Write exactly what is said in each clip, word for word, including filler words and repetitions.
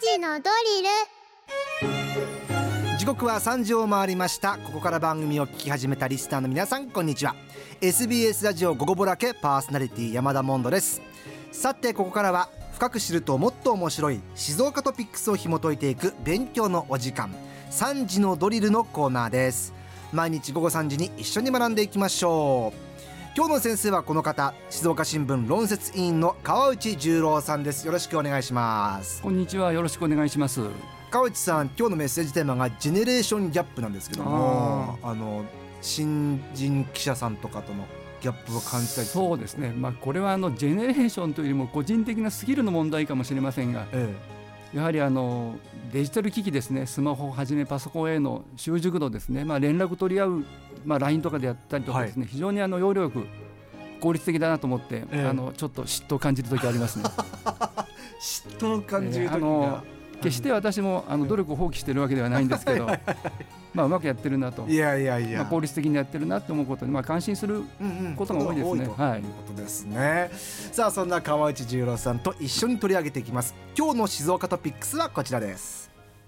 じのドリル。 時刻はさんじを回りました。ここから番組を聞き始めたリスナーの皆さん、こんにちは。 エスビーエス ラジオ午後ぼらけパーソナリティ山田モンドです。さて、ここからは深く知るともっと面白い静岡トピックスを紐解いていく勉強のお時間、さんじのドリルのコーナーです。毎日午後さんじに一緒に学んでいきましょう。今日の先生はこの方、静岡新聞論説委員の川内十郎さんです。よろしくお願いします。 こんにちは、よろしくお願いします。 川内さん、今日のメッセージテーマがジェネレーションギャップなんですけども、ああの新人記者さんとかとのギャップを感じたり。 そうですね、まあ、これはあのジェネレーションというよりも個人的なスキルの問題かもしれませんが、ええ、やはりあのデジタル機器ですね、スマホをはじめパソコンへの習熟度ですね、まあ、連絡取り合う、まあ、ライン とかでやったりとかですね、はい、非常にあの要領よく効率的だなと思って、ええ、あのちょっと嫉妬を感じる時ありますね。 嫉妬を感じる時が、えー、あの決して私もあの努力を放棄しているわけではないんですけどまあうまくやってるなと、 いやいやいや、 まあ、効率的にやってるなと思うことで、まあ、感心することが多いですね。 うんうん、ということですね。さあ、そんな川内十郎さんと一緒に取り上げていきます。今日の静岡トピックスはこちらです。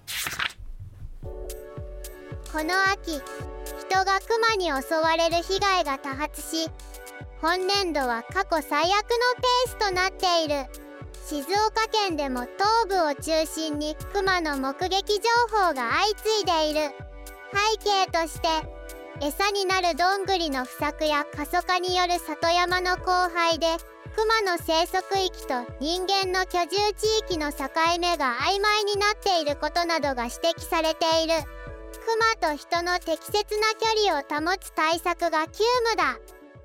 この秋、人がクマに襲われる被害が多発し、本年度は過去最悪のペースとなっている。静岡県でも東部を中心にクマの目撃情報が相次いでいる。背景として、餌になるどんぐりの不作や過疎化による里山の荒廃で、クマの生息域と人間の居住地域の境目が曖昧になっていることなどが指摘されている。クマと人の適切な距離を保つ対策が急務だ。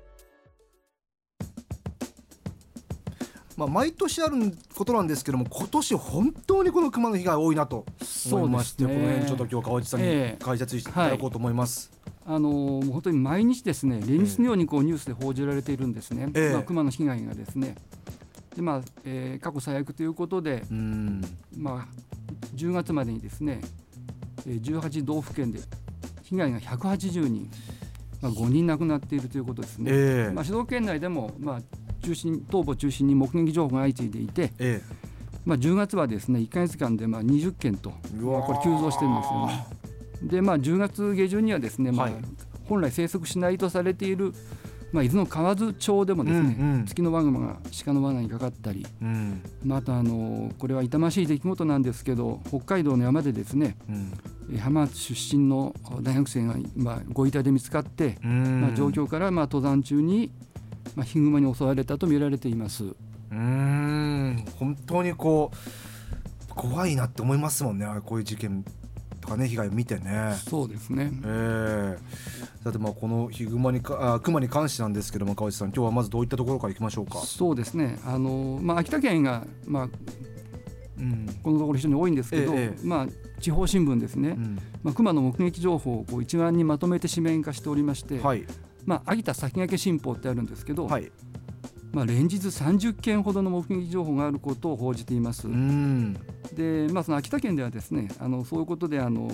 まあ、毎年あることなんですけども、今年本当にこのクマの被害多いなと思いまして、ね、この辺ちょっと今日川内さんに解説していただこうと思います。 えーはい、あのー、もう本当に毎日ですね、連日のようにこうニュースで報じられているんですね。えーまあ、クマの被害がですね、で、まあえー、過去最悪ということで、うん、まあ、じゅうがつまでにですね、じゅうはちどうふけんで被害がひゃくはちじゅうにん、まあ、ごにん亡くなっているということですね。えーまあ、静岡県内でも、まあ中心東部を中心に目撃情報が相次いでいて、ええまあ、じゅうがつはですねいっかげつかんでまあにじゅっけんと、まあ、これ急増してるんですよね。で、まあ、じゅうがつげじゅんにはですね、まあ、本来生息しないとされている、まあ、伊豆の河津町でもですね、うんうん、ツキノワグマが鹿の罠にかかったり、うんまあ、あとあのこれは痛ましい出来事なんですけど、北海道の山でですね、うん、浜松出身の大学生が、まあ、ご遺体で見つかって、うんまあ、状況からまあ登山中にまあ、ヒグマに襲われたと見られています。 うーん、本当にこう怖いなって思いますもんね、こういう事件とかね、被害を見てね。 そうですね、 えー、さて、まあこのヒグマにかあクマに関してなんですけども、川内さん、今日はまずどういったところからいきましょうか。 そうですね、あの、まあ、秋田県が、まあうん、このところ非常に多いんですけど、ええまあ、地方新聞ですね、うんまあ、クマの目撃情報をこう一覧にまとめて紙面化しておりまして、はいまあ、秋田先駆け新報ってあるんですけど、はいまあ、連日さんじゅっけんほどの目撃情報があることを報じています。うんで、まあ、その秋田県ではですね、あのそういうことであの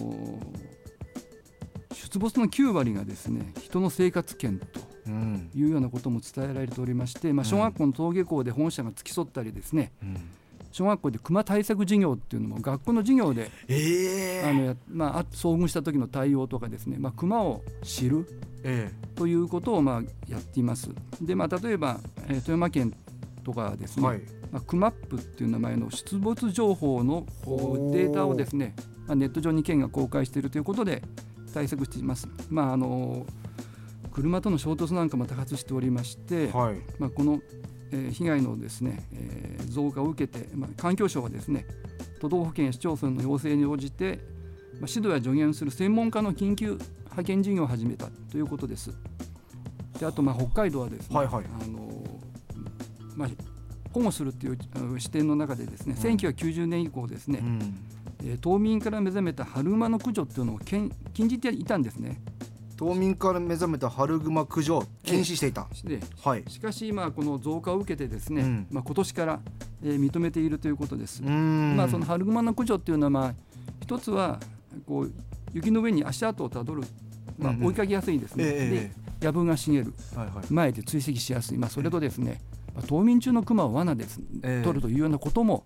出没のきゅうわりがですね人の生活圏というようなことも伝えられておりまして、まあ、小学校の登下校で保護者が付き添ったりですね、うん小学校でクマ対策授業っていうのも学校の授業で、えーあのやまあ、遭遇した時の対応とかですね、まあ、クマを知る、えー、ということをまあやっています。で、まあ、例えば、えー、富山県とかですね、はいまあ、クマップっていう名前の出没情報のデータをですね、まあ、ネット上に県が公開しているということで対策しています。まあ、あの車との衝突なんかも多発しておりまして、はいまあ、このえー、被害のですね、えー、増加を受けて、まあ、環境省はですね都道府県や市町村の要請に応じて、まあ、指導や助言する専門家の緊急派遣事業を始めたということです。であとまあ北海道はですね、はいはいあのまあ、保護するという視点の中でですね、うん、せんきゅうひゃくきゅうじゅうねん以降ですね、うんえー、島民から目覚めた春馬の駆除というのを禁じていたんですね。 島民から目覚めた春グマ駆除を禁止していた、 えーはい、しかし、まあ、この増加を受けてですね、うんまあ、今年から、えー、認めているということです。まあ、その春グマの駆除っていうのは、まあ、一つはこう雪の上に足跡をたどる、まあ、追いかけやすいですね、うんうん、で藪が茂る、はいはい、前で追跡しやすい、まあ、それとですね、まあ、冬眠中のクマを罠で、えー、取るというようなことも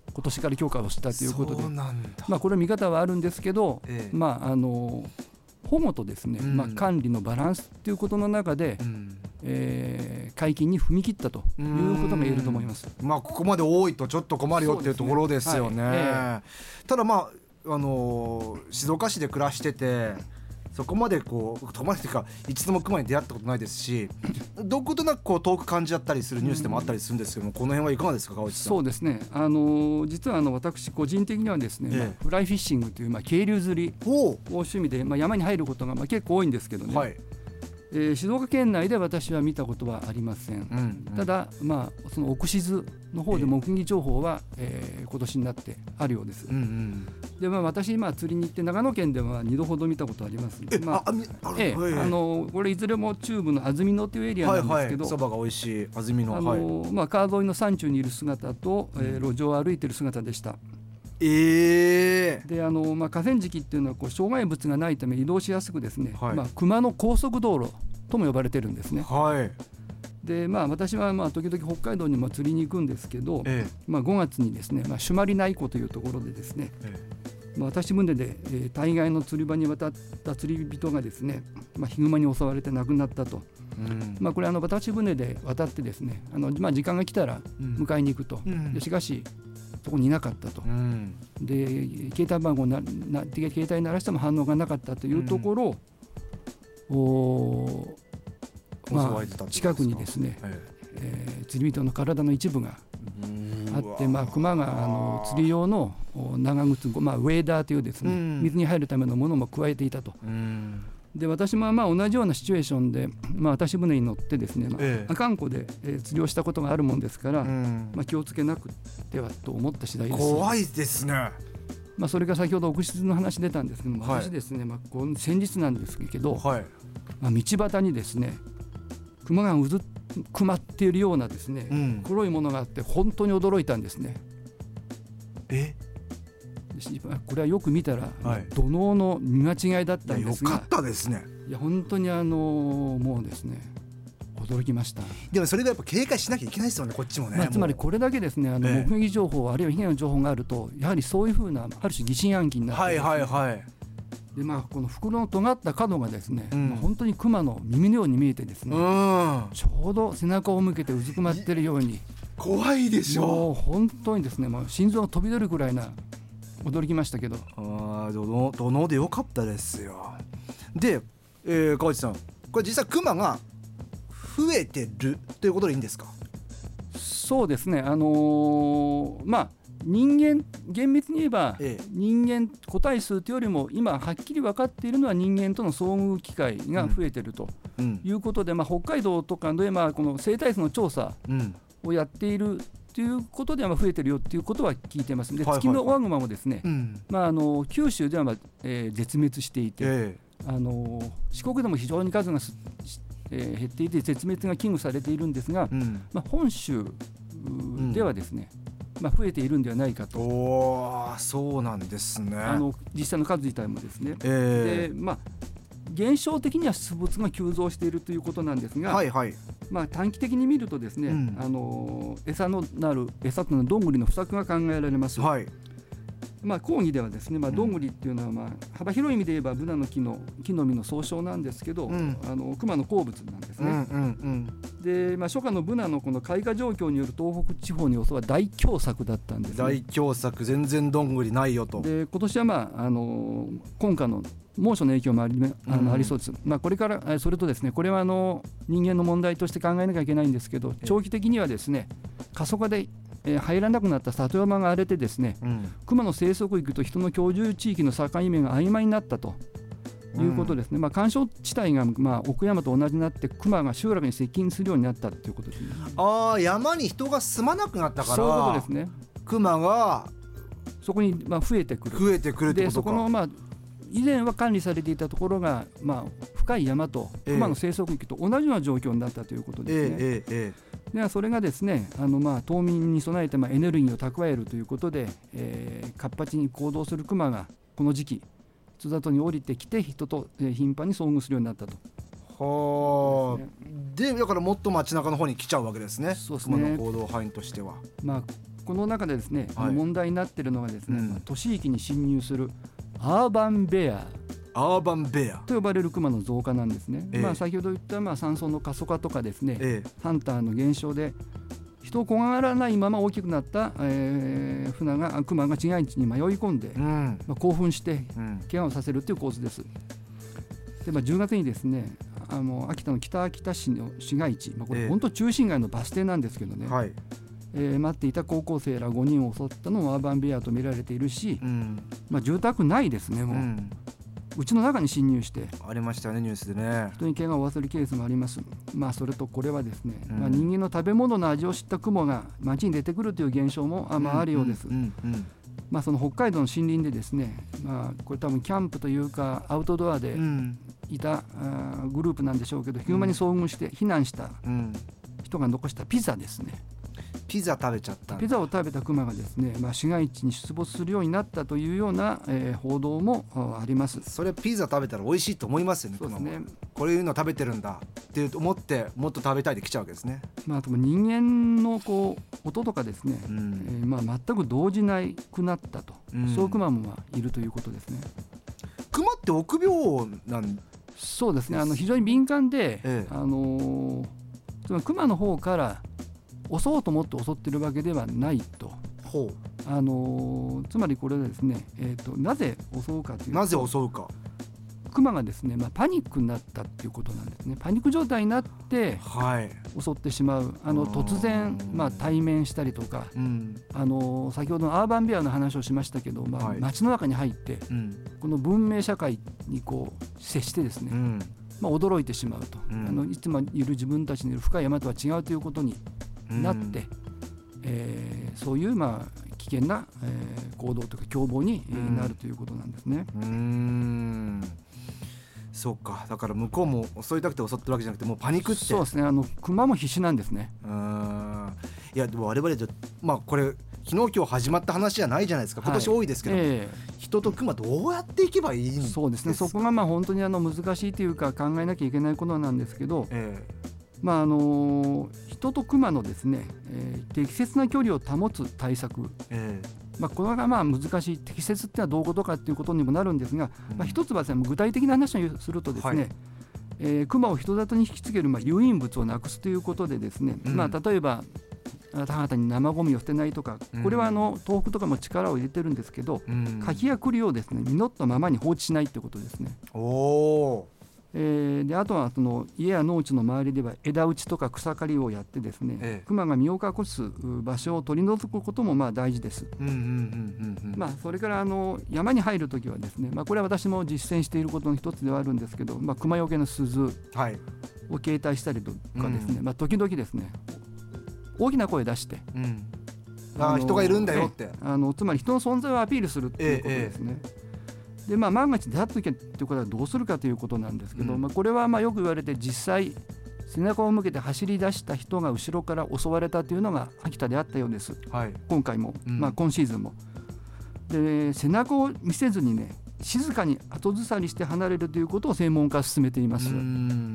今年から許可をしたということで、 そうなんだ。 まあ、これは見方はあるんですけど、 ええまあ、あの保護とですね、 うんまあ、管理のバランスということの中で、 うんえー解禁に踏み切ったということが言えると思います。 まあここまで多いとちょっと困るよっていうところですよね。 はいえただまああのー静岡市で暮らしててそこまでこう泊まりというか一度も熊に出会ったことないですしどことなくこう遠く感じちゃったりするニュースでもあったりするんですけども、この辺はいかがですか川内さん。 そうですね、あの実はあの私個人的にはですね、 ええまあフライフィッシングという、まあ、渓流釣りおを趣味で、まあ、山に入ることがまあ結構多いんですけどね、 はい、 えー静岡県内で私は見たことはありません。 うんうん、 ただ、まあ、その奥静の方で目撃情報は、えー今年になってあるようです。 うんうん、 で、まあ、私、まあ、釣りに行って長野県ではにどほど見たことあります。 え、 まああ、あみあええはいあのこれいずれも中部の安曇野というエリアなんですけど、 はいはい、そばが美味しい安曇野、 あはい、 のまあ、川沿いの山中にいる姿と、えー路上を歩いている姿でした。 えー、 であの、まあ、河川敷っていうのはこう障害物がないため移動しやすくですね、 はいまあ、熊の高速道路とも呼ばれてるんですね。 はい、 で、まあ、私はまあ時々北海道にも釣りに行くんですけど、 ええまあ、ごがつにですね、まあ、朱鞠内湖というところでですね、 えまあ、私船で、えー大概の釣り場に渡った釣り人がですね、まあ、ヒグマに襲われて亡くなったと、 え、うんまあ、これあの私船で渡ってですねあの、まあ、時間が来たらうん迎えに行くと、 うんでしかしそこにいなかったと、 うんで携帯番号なな携帯鳴らしても反応がなかったというところ、おまあ襲われてたってことですか近くにですね、 ええー釣り人の体の一部がえあって、まあ、熊があの釣り用のお長靴、まあ、ウェーダーというですね、 うん水に入るためのものも加えていたと。 うんで私もまあ同じようなシチュエーションで、まあ、渡し船に乗ってですね、まあええ阿寒湖で、えー釣りをしたことがあるもんですから、 うんまあ、気をつけなくてはと思った次第です。 怖いですね。 まあ、それが先ほど奥静の話出たんですけども、 はい私ですね、まあ、こう先日なんですけど、 はい、 まあ、道端にですね熊がうずくまっているようなですね、 うん黒いものがあって本当に驚いたんですね。 えしこれはよく見たら、 はい土のうの見間違いだったんですが、 よかったですね。 いや本当にあのもうですね驚きました。 でもそれがやっぱ警戒しなきゃいけないですよね、こっちもね。 まあ、つまりもこれだけですねあのええ目撃情報あるいは被害の情報があるとやはりそういうふうなある種疑心暗鬼にうなってですね、 はいはいはい。 でまあ、この袋の尖った角がですね、 うんまあ本当に熊の耳のように見えてですね、 うん、 ちょうど背中を向けてうずくまっているように怖いでしょ。 もう本当にですねもう心臓が飛び出るくらいな驚きましたけど、 ああ、どのどのでよかったですよ。で、えー、川内さん、これ実際クマが増えてるということでいいんですか。 そうですねあのーまあ人間厳密に言えば、 ええ人間個体数というよりも今はっきり分かっているのは人間との遭遇機会が増えているとうんいうことで、まあ、北海道とかで、まあ、この生態数の調査うんをやっているということではまあ増えているよということは聞いています。で、 はいはいはいツキノワグマもですね、 うんまあ、あの九州では、まあえー絶滅していて、 えあの四国でも非常に数がす、えー減っていて絶滅が危惧されているんですが、 えうん、 まあ、本州ではですね、まあ、増えているんではないかと、 おー、そうなんですね。 あの実際の数自体もですね、 えでまあ、現象的には出没が急増しているということなんですえが、 はいはい。 まあ、短期的に見るとですね、 うんあの餌のなる餌というのはどんぐりの不作が考えられます。 はい。 まあ、講義ではですね、まあ、 うんどんぐりっていうのは、まあ、幅広い意味で言えばブナの木の木の実の総称なんですけど、 うんあの熊の好物なんですね。 うんうんで、まあ、初夏のブナのこの開花状況による東北地方の予想は大凶作だったんですね。 大凶作、全然どんぐりないよと。 で今年は、まあ、あの今夏の猛暑の影響もあり、あのうんありそうです。まあ、これからえそれとですねこれはあの人間の問題として考えなきゃいけないんですけど、長期的にはですね過疎化でえー入らなくなった里山が荒れてですねうん熊の生息域と人の居住地域の境目が曖昧になったということですね。まあ、干渉地帯が、まあ、奥山と同じになって熊が集落に接近するようになったということですね。 ああ、山に人が住まなくなったから、 そういうことですね。 クマがそこにまあ増えてくる。 増えてくるってでことか。 そこのまあ以前は管理されていたところが、まあ、深い山とええ熊の生息域と同じような状況になったということですね。 ええええでそれがですねあのまあ冬眠に備えてまあエネルギーを蓄えるということで、えー活発に行動するクマがこの時期人里に降りてきて人と、えー頻繁に遭遇するようになったと。 はあ、 そうですでだからもっと街中の方に来ちゃうわけですね。 そうですね熊の行動範囲としては。 まあ、 この中でですね、 はい、 問題になっているのがですね、 うん、 都市域に侵入するアーバンベアアーバンベアと呼ばれるクマの増加なんですね、 ええ、 まあ、先ほど言ったまあ山村の過疎化とかですね、 ええ、 ハンターの減少で人を怖がらないまま大きくなった、えー、船がクマが市街地に迷い込んで、うん、まあ、興奮して怪我をさせるという構図です。で、まあ、じゅうがつにですね、あの秋田の北秋田市の市街地、まあ、これ本当中心街のバス停なんですけどね、えええー、待っていた高校生らごにんを襲ったのもアーバンベアと見られているし、うん、まあ、住宅ないですね、もう、うん、うちの中に侵入してありましたね、ニュースでね。 人に怪我を負わせるケースもあります。まあ、それとこれはですね、うん、まあ、人間の食べ物の味を知ったクモが街に出てくるという現象も あ,、まあ、あるようです、うんうんうんうん。まあ、その北海道の森林でですね、まあ、これ多分キャンプというかアウトドアでいた、うん、グループなんでしょうけど、ヒグマに遭遇して避難した人が残したピザですね、 ピザ食べちゃったピザを食べたクマがですね、まあ、市街地に出没するようになったというような、えー、報道もあります。 それピザ食べたら美味しいと思いますよね。 そうですね、 こういうの食べてるんだって思ってもっと食べたいで来ちゃうわけですね。 まあ、あと人間のこう音とかですね、うん、えーまあ、全く動じなくなったと、うん、そういうクマもいるということですね。 クマって臆病なんです？ そうですね、あの非常に敏感で、ええ、あのー、つまりクマの方から襲おうと思って襲っているわけではないと。 ほう、 あのー、つまりこれはですね、えーと、なぜ襲うかというと、 なぜ襲うか、 クマがですね、まあ、パニックになったっていうことなんですね。パニック状態になって襲ってしまう、はい、あの突然、まあ、対面したりとか、うん、あの先ほどのアーバンベアの話をしましたけど、まあ、はい、街の中に入って、うん、この文明社会にこう接してですね、うん、まあ、驚いてしまうと、うん、あのいつもいる自分たちのいる深い山とは違うということになって、うん、えー、そういう、まあ、危険な、えー、行動というか凶暴になるということなんですね。 うーん、そうか、だから向こうも襲いたくて襲ってるわけじゃなくてもうパニックって。 そうですね、あのクマも必死なんですね。 うーん、いやでも我々じゃ、まあ、これ昨日今日始まった話じゃないじゃないですか。今年多いですけど、はい、えー、人とクマどうやっていけばいいんですか？ そうですね、そこがまあ本当にあの難しいというか考えなきゃいけないことなんですけど、えーまああのー、人とクマのですね、えー、適切な距離を保つ対策、えーまあ、これがまあ難しい。適切ってのはどういうことかということにもなるんですが、うん、まあ、一つはですね、具体的な話をするとですね、はい、えー、クマを人里に引きつけるまあ誘引物をなくすということでですね、うん、まあ、例えば田畑に生ゴミを捨てないとか、これはあの東北とかも力を入れてるんですけど、うん、柿や栗をですね実ったままに放置しないということですね。 おー、 えー、であとはその家や農地の周りでは枝打ちとか草刈りをやってですね、ええ、クマが身を隠す場所を取り除くこともまあ大事です。それからあの山に入るときはですね、まあ、これは私も実践していることの一つではあるんですけど、まあ、クマよけの鈴を携帯したりとかですね、はい、まあ、時々ですね大きな声出して、うん、 ああ人がいるんだよって、 あのつまり人の存在をアピールするということですね。ええでまあ、万が一出会った時ということはどうするかということなんですけど、うん、まあ、これはまあよく言われて、実際背中を向けて走り出した人が後ろから襲われたというのが秋田であったようです、はい、今回も、うん、まあ、今シーズンもで背中を見せずにね、静かに後ずさりして離れるということを専門家は進めています。うん、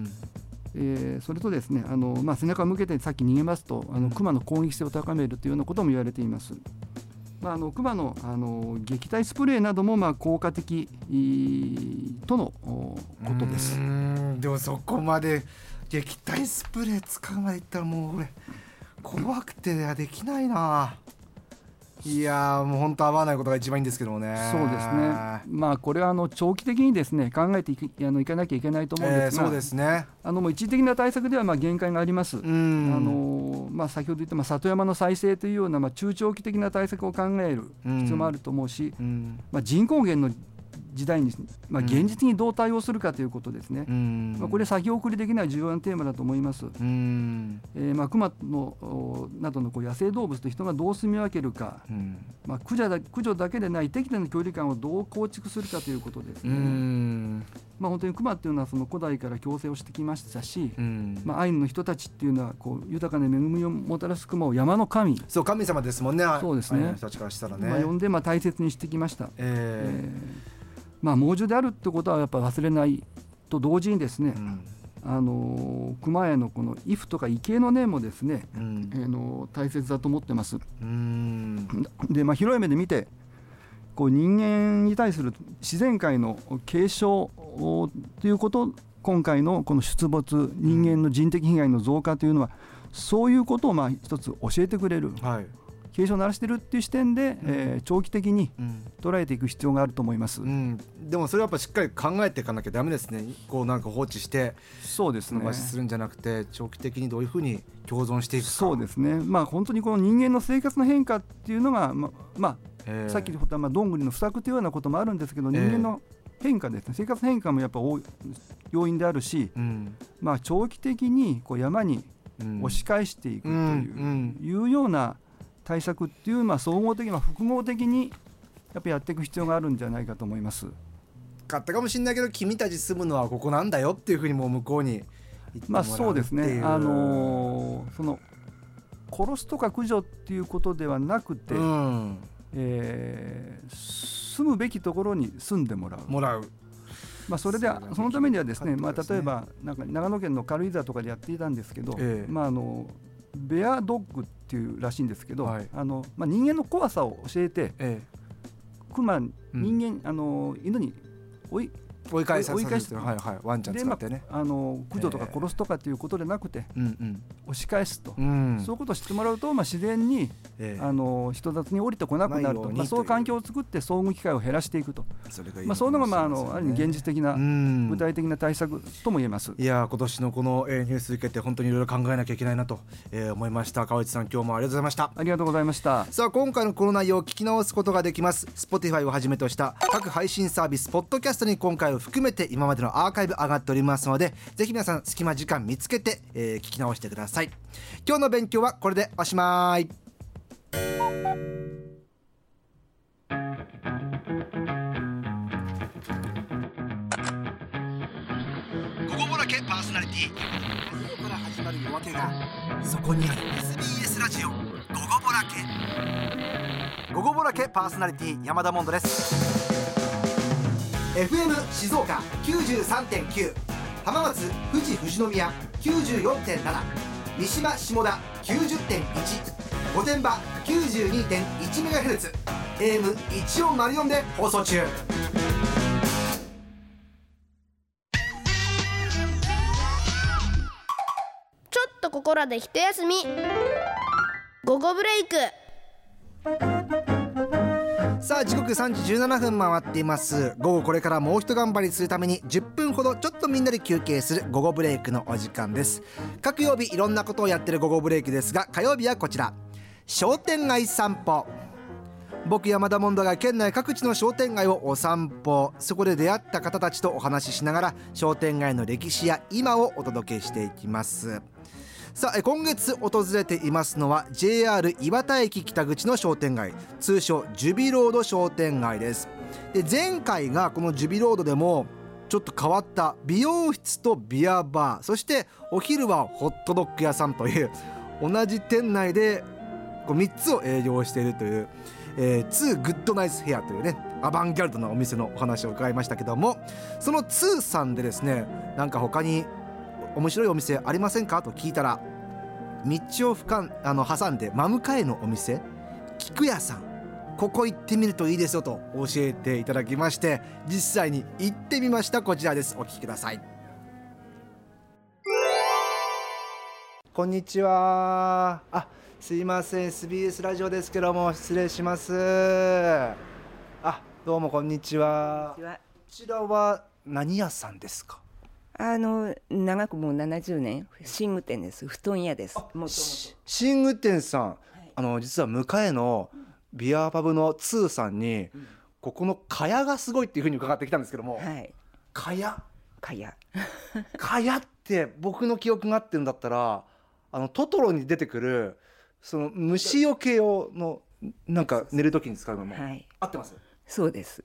えー、それとですね、あの、まあ、背中を向けてさっき逃げますと、あのクマの攻撃性を高めるというようなことも言われています。まあ、あのクマの、あの撃退スプレーなどもまあ効果的とのことです。 うーん、でもそこまで撃退スプレー使うまでいったらもう俺怖くてできないな。いやもう本当合わないことが一番いいんですけどもね。 そうですね、まあ、これはあの長期的にですね考えていき、あのいかなきゃいけないと思うんですが、えー、そうですね、あのもう一時的な対策ではまあ限界があります。うん、あのまあ、先ほど言ったまあ里山の再生というようなまあ中長期的な対策を考える必要もあると思うし、うん、まあ、人口減の時代に、まあ、現実にどう対応するかということですね。うん、まあ、これ先送りできない重要なテーマだと思います。うん、えー、まあクマのなどのこう野生動物と人がどう住み分けるか、うん、まあ、駆除だ、駆除だけでない適度な距離感をどう構築するかということですね。うん、まあ、本当にクマっていうのはその古代から共生をしてきましたし、うん、まあ、アイヌの人たちっていうのはこう豊かな恵みをもたらすクマを山の神、 そう神様ですもんね。 そうですね、アイヌの人たちからしたらね、 まあ、呼んでまあ大切にしてきました。えーえーまあ、猛獣であるってことはやっぱ忘れないと同時にですね、うん、 あの熊へのこの畏怖とか畏敬の念もですね、 うん、 えー、の大切だと思ってます。 うん、 で、まあ、広い目で見てこう人間に対する自然界の継承ということ、今回のこの出没、人間の人的被害の増加というのは、そういうことをまあ一つ教えてくれる、 はい、 警鐘を鳴らしているっていう視点で、えー、長期的に捉えていく必要があると思います、 うん、でもそれはやっぱしっかり考えていかなきゃダメですね。こうなんか放置してそうですね、 伸ばしするんじゃなくて、長期的にどういうふうに共存していくか。 そうですね、まあ、本当にこの人間の生活の変化っていうのが、ままあ、さっき言ったまあどんぐりの不作というようなこともあるんですけど、人間の変化ですね、生活変化もやっぱ多い要因であるし、うん、まあ、長期的にこう山に押し返していくという、うん、いうような対策っていう、まあ、総合的に複合的にやっぱやっていく必要があるんじゃないかと思います。 かったかもしれないけど、君たち住むのはここなんだよっていうふうにもう向こうに言ってもらうっていう。 まあそうですね、あのー、その殺すとか駆除っていうことではなくて、うん、えー、住むべきところに住んでもらうもらうまあ、それでそのためにはですね、まあ、例えばなんか長野県の軽井沢とかでやっていたんですけど、ええ、まあ、あのベアドッグっていうらしいんですけど、はい、あのまあ、人間の怖さを教えて、ええ、クマ人間、うん、あの犬に追い追い返させて、はいはい、ワンちゃん使ってね、 まあ、あの駆除とか殺すとかっていうことでなくて、えー、押し返すと、うん、そういうことを知ってもらうと、まあ、自然に、えー、あの人里に降りてこなくなると、まあ、そういう環境を作って遭遇機会を減らしていくと、それがいい、まあ、そういうのが、まあ、あのある意味現実的な、具体的な対策とも言えます。 いや、今年のこの、えー、ニュース受けて本当にいろいろ考えなきゃいけないなと、えー、思いました。川内さん、今日もありがとうございました。 ありがとうございました。 さあ、今回のこの内容を聞き直すことができます。 Spotify をはじめとした各配信サービス、ポッドキャストに今回を含めて今までのアーカイブ上がっておりますので、ぜひ皆さん隙間時間見つけて、えー、聞き直してください。今日の勉強はこれでおしまい。午後ぼらけパーソナリティ、何度から始まる夜明けがそこにある エスビーエス ラジオ午後ぼらけ。午後ぼらけパーソナリティ山田モンドです。エフエム 静岡 きゅうじゅうさんてんきゅう、 浜松富士富士宮 きゅうじゅうよんてんなな、 三島下田 きゅうじゅってんいち、 御殿場 きゅうじゅうにてんいちメガヘルツ、 エーエムせんよんじゅうよん で放送中。 ちょっとここらで一休み、午後ブレイク。 さあ、時刻さんじじゅうななふん回っています。午後これからもう一頑張りするためにじゅっぷんほどちょっとみんなで休憩する午後ブレイクのお時間です。各曜日いろんなことをやってる午後ブレイクですが、火曜日はこちら、商店街散歩。僕山田モンドが県内各地の商店街をお散歩、そこで出会った方たちとお話ししながら商店街の歴史や今をお届けしていきます。さあ、今月訪れていますのは ジェイアール 岩田駅北口の商店街、通称ジュビロード商店街です。で、前回がこのジュビロードでもちょっと変わった美容室とビアバー、そしてお昼はホットドッグ屋さんという同じ店内でこうみっつを営業しているという、えー、ツーグッドナイスヘアというね、アバンギャルドなお店のお話を伺いましたけども、そのツーさんでですね、なんか他に面白いお店ありませんかと聞いたら、道を深んあの挟んで真向かいのお店、菊屋さん、ここ行ってみるといいですよと教えていただきまして、実際に行ってみました。こちらです、お聞きください。こんにちは。あ、すいません、 エスビーエス ラジオですけども、失礼します。あ、どうもこんにちは。こちらは何屋さんですか？ あの長くもうななじゅうねん、寝具店です。布団屋です。も寝具店さん、はい、あの実は向かいのビアパブのツーさんに、うん、ここの蚊帳がすごいっていう風に伺ってきたんですけども、はい、蚊帳蚊帳蚊帳って僕の記憶が合ってるんだったら、あのトトロに出てくるその虫よけ用のなんか寝る時に使うのも、はい、合ってます？ そうです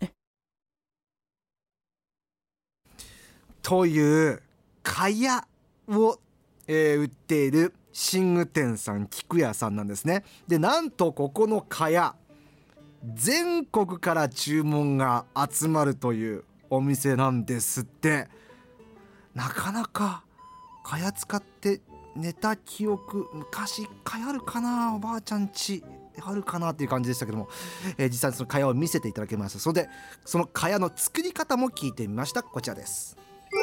という蚊帳を、えー、売っている寝具店さん、菊屋さんなんですね。で、なんとここの蚊帳、全国から注文が集まるというお店なんですって。 なかなか蚊帳使って寝た記憶昔一回あるかな、おばあちゃん家あるかなっていう感じでしたけども、えー、実際にその蚊帳を見せていただきました。それでその蚊帳の作り方も聞いてみました。こちらです。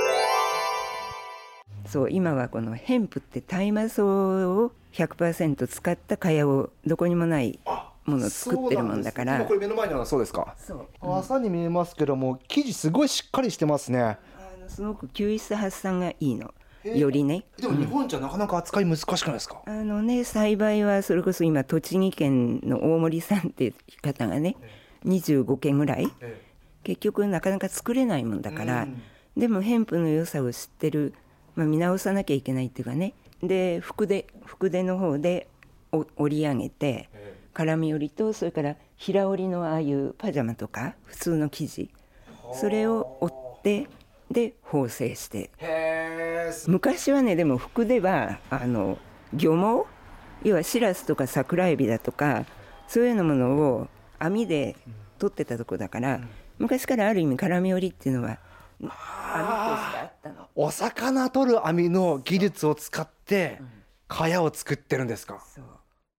そう今はこのヘンプって大麻草を ひゃくパーセント 使った蚊帳をどこにもないものを作ってるもんだから。 今これ目の前にあるのはそうですか。そう、うん、朝に見えますけども生地すごいしっかりしてますね。あのすごく吸湿発散がいいのよりね。 でも日本じゃなかなか扱い難しくないですか。 あのね栽培はそれこそ今栃木県の大森さんっていう方がねにじゅうごけんぐらい結局なかなか作れないもんだから、うん、でもヘンプの良さを知ってる、まあ、見直さなきゃいけないっていうかね。で福出福出の方で織り上げて絡み織りとそれから平織りのああいうパジャマとか普通の生地それを織ってで縫製して。へー、昔はねでも福ではあの漁網要はシラスとか桜エビだとかそういうようなものを網で取ってたとこだから、うん、昔からある意味絡み織りっていうのは網としてあったの。 お魚取る網の技術を使って蚊帳を作ってるんですか。そう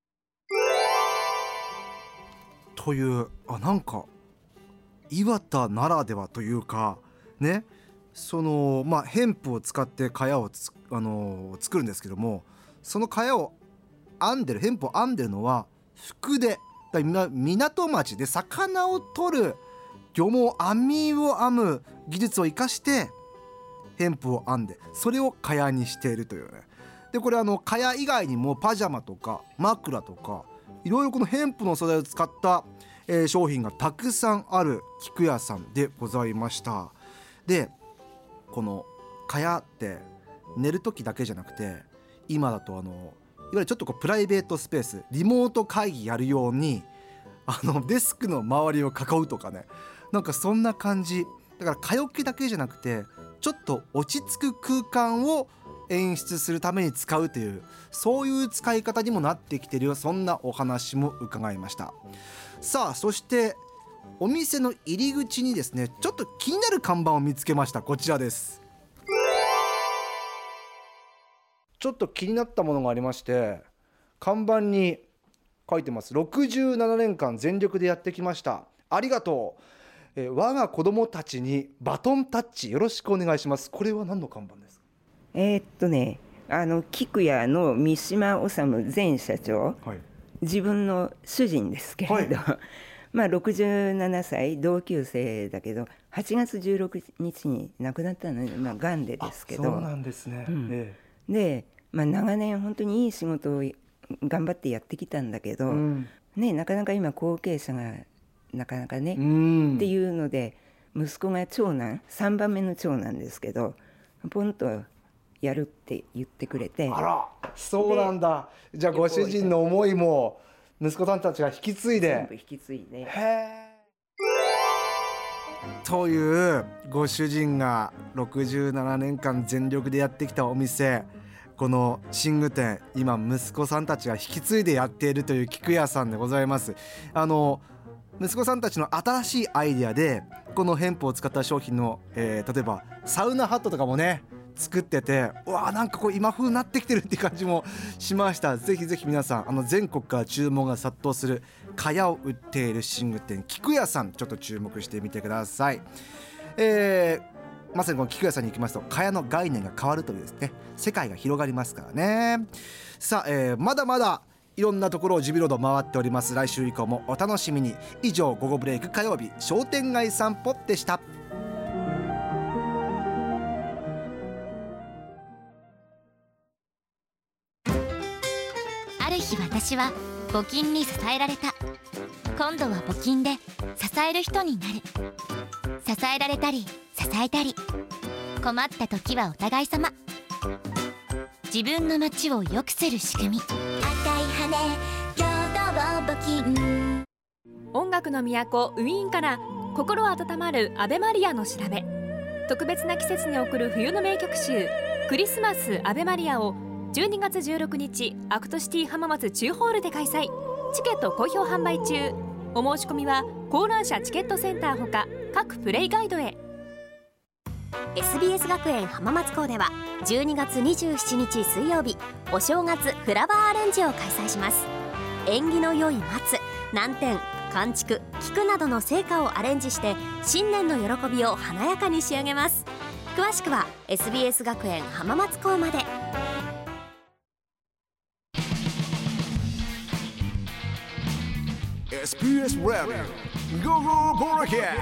というあなんか岩田ならではというかね、そのまあヘンプを使って蚊帳をつ、あのー、作るんですけども、その蚊帳を編んでるヘンプを編んでるのは福出だ港町で魚を取る漁網網を編む技術を生かしてヘンプを編んでそれを蚊帳にしているというね。でこれあの蚊帳以外にもパジャマとか枕とかいろいろこのヘンプの素材を使った、えー、商品がたくさんある菊屋さんでございました。でこの蚊帳って寝る時だけじゃなくて今だとあのいわゆるちょっとこうプライベートスペースリモート会議やるようにあのデスクの周りを囲うとかね、なんかそんな感じだから蚊よけだけじゃなくてちょっと落ち着く空間を演出するために使うというそういう使い方にもなってきているよ、そんなお話も伺いました。さあそしてお店の入り口にですねちょっと気になる看板を見つけました。こちらです。ちょっと気になったものがありまして看板に書いてます。ろくじゅうななねんかん全力でやってきましたありがとう、えー、我が子供たちにバトンタッチよろしくお願いします。これは何の看板ですか。 えー、っとねあの菊屋の三島治前社長、はい、自分の主人ですけれど、はいまあ、ろくじゅうななさい同級生だけどはちがつじゅうろくにちに亡くなったので、まあ、がんでですけど。 そうなんですね、うんええ、で、まあ、長年本当にいい仕事を頑張ってやってきたんだけど、うんね、なかなか今後継者がなかなかね、うん、っていうので息子が長男さんばんめの長男ですけどポンとやるって言ってくれて。 あらそうなんだ。じゃあご主人の思いも息子さんたちが引き継いで全部引き継いでへというご主人がろくじゅうななねんかん全力でやってきたお店、この寝具店今息子さんたちが引き継いでやっているという菊屋さんでございます。あの息子さんたちの新しいアイデアでこのヘンプを使った商品の、えー、例えばサウナハットとかもね作ってて、うわーなんかこう今風になってきてるって感じもしました。ぜひぜひ皆さんあの全国から注文が殺到する蚊帳を売っている寝具店菊屋さんちょっと注目してみてください。えー、まさにこの菊屋さんに行きますと蚊帳の概念が変わるというですね世界が広がりますからね。さあ、えー、まだまだいろんなところをジビロード回っております。来週以降もお楽しみに。以上午後ブレイク火曜日商店街散歩でした。 ある日私は募金に支えられた。今度は募金で支える人になる。支えられたり支えたり、困った時はお互い様。自分の街を良くする仕組み。赤い羽共同募金。 音楽の都ウィーンから心温まるアベマリアの調べ。特別な季節に送る冬の名曲集クリスマスアベマリアをじゅうにがつじゅうろくにちアクトシティ浜松中ホールで開催。チケット好評販売中。お申し込みは観覧車チケットセンターほか各プレイガイドへ。 エスビーエス 学園浜松校ではじゅうにがつにじゅうしちにち水曜日、お正月フラワーアレンジを開催します。縁起の良い松、南天、寒竹、菊などの生花をアレンジして新年の喜びを華やかに仕上げます。詳しくは エスビーエス 学園浜松校まで。 エスビーエス Radio ゴゴボラケ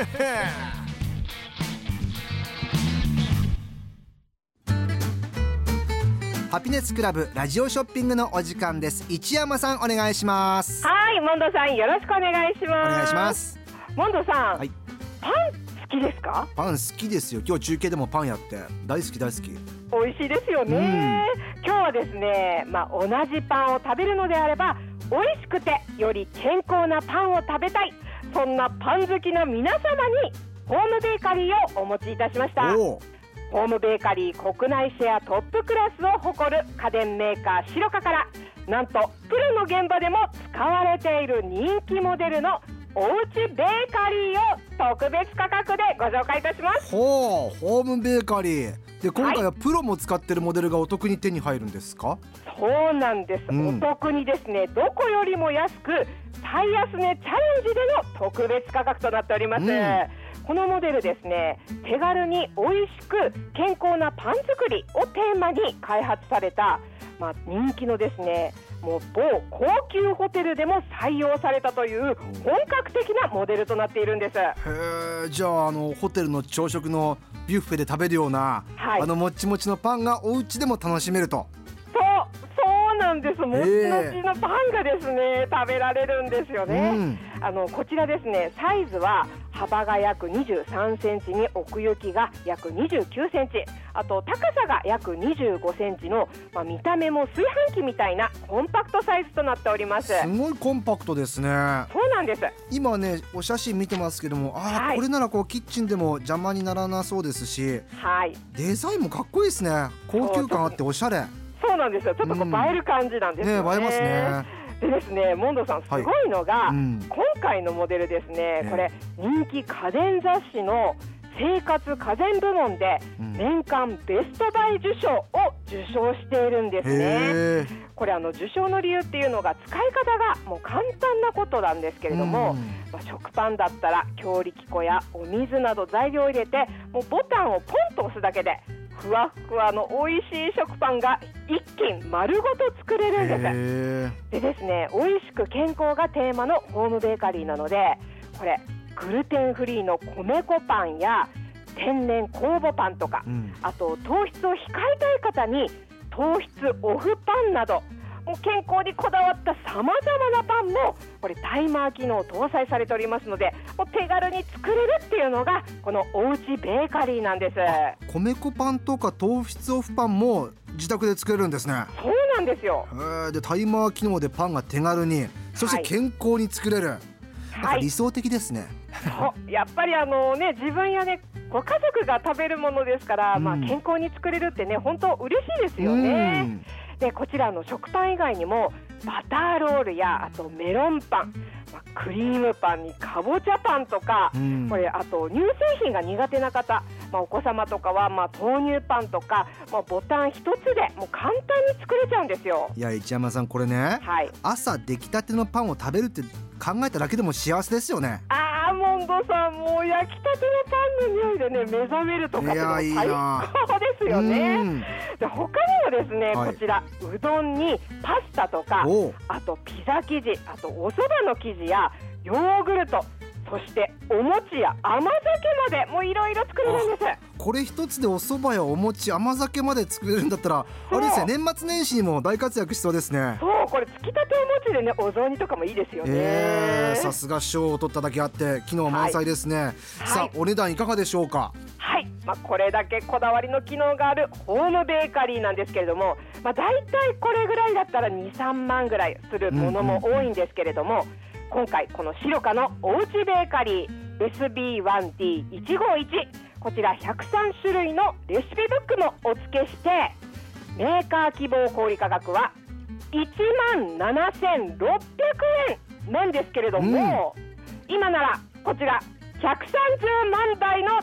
ハピネスクラブラジオショッピングのお時間です。一山さんお願いします。 はい、モンドさんよろしくお願いします。 お願いします。 モンドさん、 はい、 パン好きですか？ パン好きですよ。今日中継でもパンやって大好き大好き。 美味しいですよね、うん、今日はですね、まあ、同じパンを食べるのであれば美味しくてより健康なパンを食べたい、そんなパン好きな皆様にホームベーカリーをお持ちいたしました。 おホームベーカリー国内シェアトップクラスを誇る家電メーカーシロカから、なんとプロの現場でも使われている人気モデルのおうちベーカリーを特別価格でご紹介いたします。 ほう、ホームベーカリーで今回はプロも使ってるモデルがお得に手に入るんですか？ そうなんです、うん、お得にですね、どこよりも安く最安値チャレンジでの特別価格となっております、うん、このモデルですね、手軽に美味しく健康なパン作りをテーマに開発された、まあ、人気のですね、もう某高級ホテルでも採用されたという本格的なモデルとなっているんです。 へー、じゃあ、あのホテルの朝食のビュッフェで食べるような、はい、あのもちもちのパンがお家でも楽しめると。 そうそうなんです。もちもちのパンがですね、食べられるんですよね、うん、あのこちらですね、サイズは幅が約にじゅうさんセンチに奥行きが約にじゅうきゅうセンチ、あと高さが約にじゅうごセンチの、まあ、見た目も炊飯器みたいなコンパクトサイズとなっております。 すごいコンパクトですね。 そうなんです。 今ね、お写真見てますけども、あ、はい、これならこうキッチンでも邪魔にならなそうですし、はい、デザインもかっこいいですね。高級感あっておしゃれ。 そうなんですよ。ちょっとこう映える感じなんですよね、 うん、ね、映えますね。 でですね、モンドさんすごいのが、はい、うん、今回のモデルですね、これ人気家電雑誌の生活家電部門で年間ベストバイ受賞を受賞しているんですね。これあの受賞の理由っていうのが、使い方がもう簡単なことなんですけれども、まあ、食パンだったら強力粉やお水など材料を入れて、もうボタンをポンと押すだけでふわふわの美味しい食パンが一斤丸ごと作れるんです。でですね、美味しく健康がテーマのホームベーカリーなので、これグルテンフリーの米粉パンや天然酵母パンとか、うん、あと糖質を控えたい方に糖質オフパンなど、もう健康にこだわったさまざまなパンもこれタイマー機能搭載されておりますので、もう手軽に作れるっていうのがこのおうちベーカリーなんです。 米粉パンとか糖質オフパンも自宅で作れるんですね。 そうなんですよ。 でタイマー機能でパンが手軽に、そして健康に作れる、はい、なんか理想的ですね、 はい、やっぱりあの、ね、自分や、ね、ご家族が食べるものですから、うん、まあ、健康に作れるってね、本当嬉しいですよね、うん、でこちらの食パン以外にもバターロールや、あとメロンパン、まあ、クリームパンにかぼちゃパンとか、うん、これあと乳製品が苦手な方、まあ、お子様とかはまあ豆乳パンとか、まあ、ボタン一つでもう簡単に作れちゃうんですよ。 いや、市山さん、これね、はい、朝出来たてのパンを食べるって考えただけでも幸せですよね。 あー、モンドさん、もう焼きたてのパンの匂いでね、目覚めるとかってのは最高ですよね。で他にもですね、はい、こちらうどんにパスタとか、あとピザ生地、あとお蕎麦の生地やヨーグルト、そしてお餅や甘酒まで、もういろいろ作れるんです。 これ一つでお蕎麦やお餅、甘酒まで作れるんだったら、あれですね、年末年始にも大活躍しそうですね。 そう、これつきたてお餅でね、お雑煮とかもいいですよね。 えー、さすが賞を取っただけあって機能満載ですね、はい、さあ、はい、お値段いかがでしょうか？ はい、まあ、これだけこだわりの機能があるホームベーカリーなんですけれども、まあ、だいたいこれぐらいだったらに、さんまんぐらいするものも多いんですけれども、うんうんうん、今回このシロカのおうちベーカリー エスビーワンティーいちごいち、こちらひゃくさんしゅるいのレシピブックもお付けして、メーカー希望小売価格はいちまんななせんろっぴゃくえんなんですけれども、うん、今ならこちらひゃくさんじゅうまんだいの突破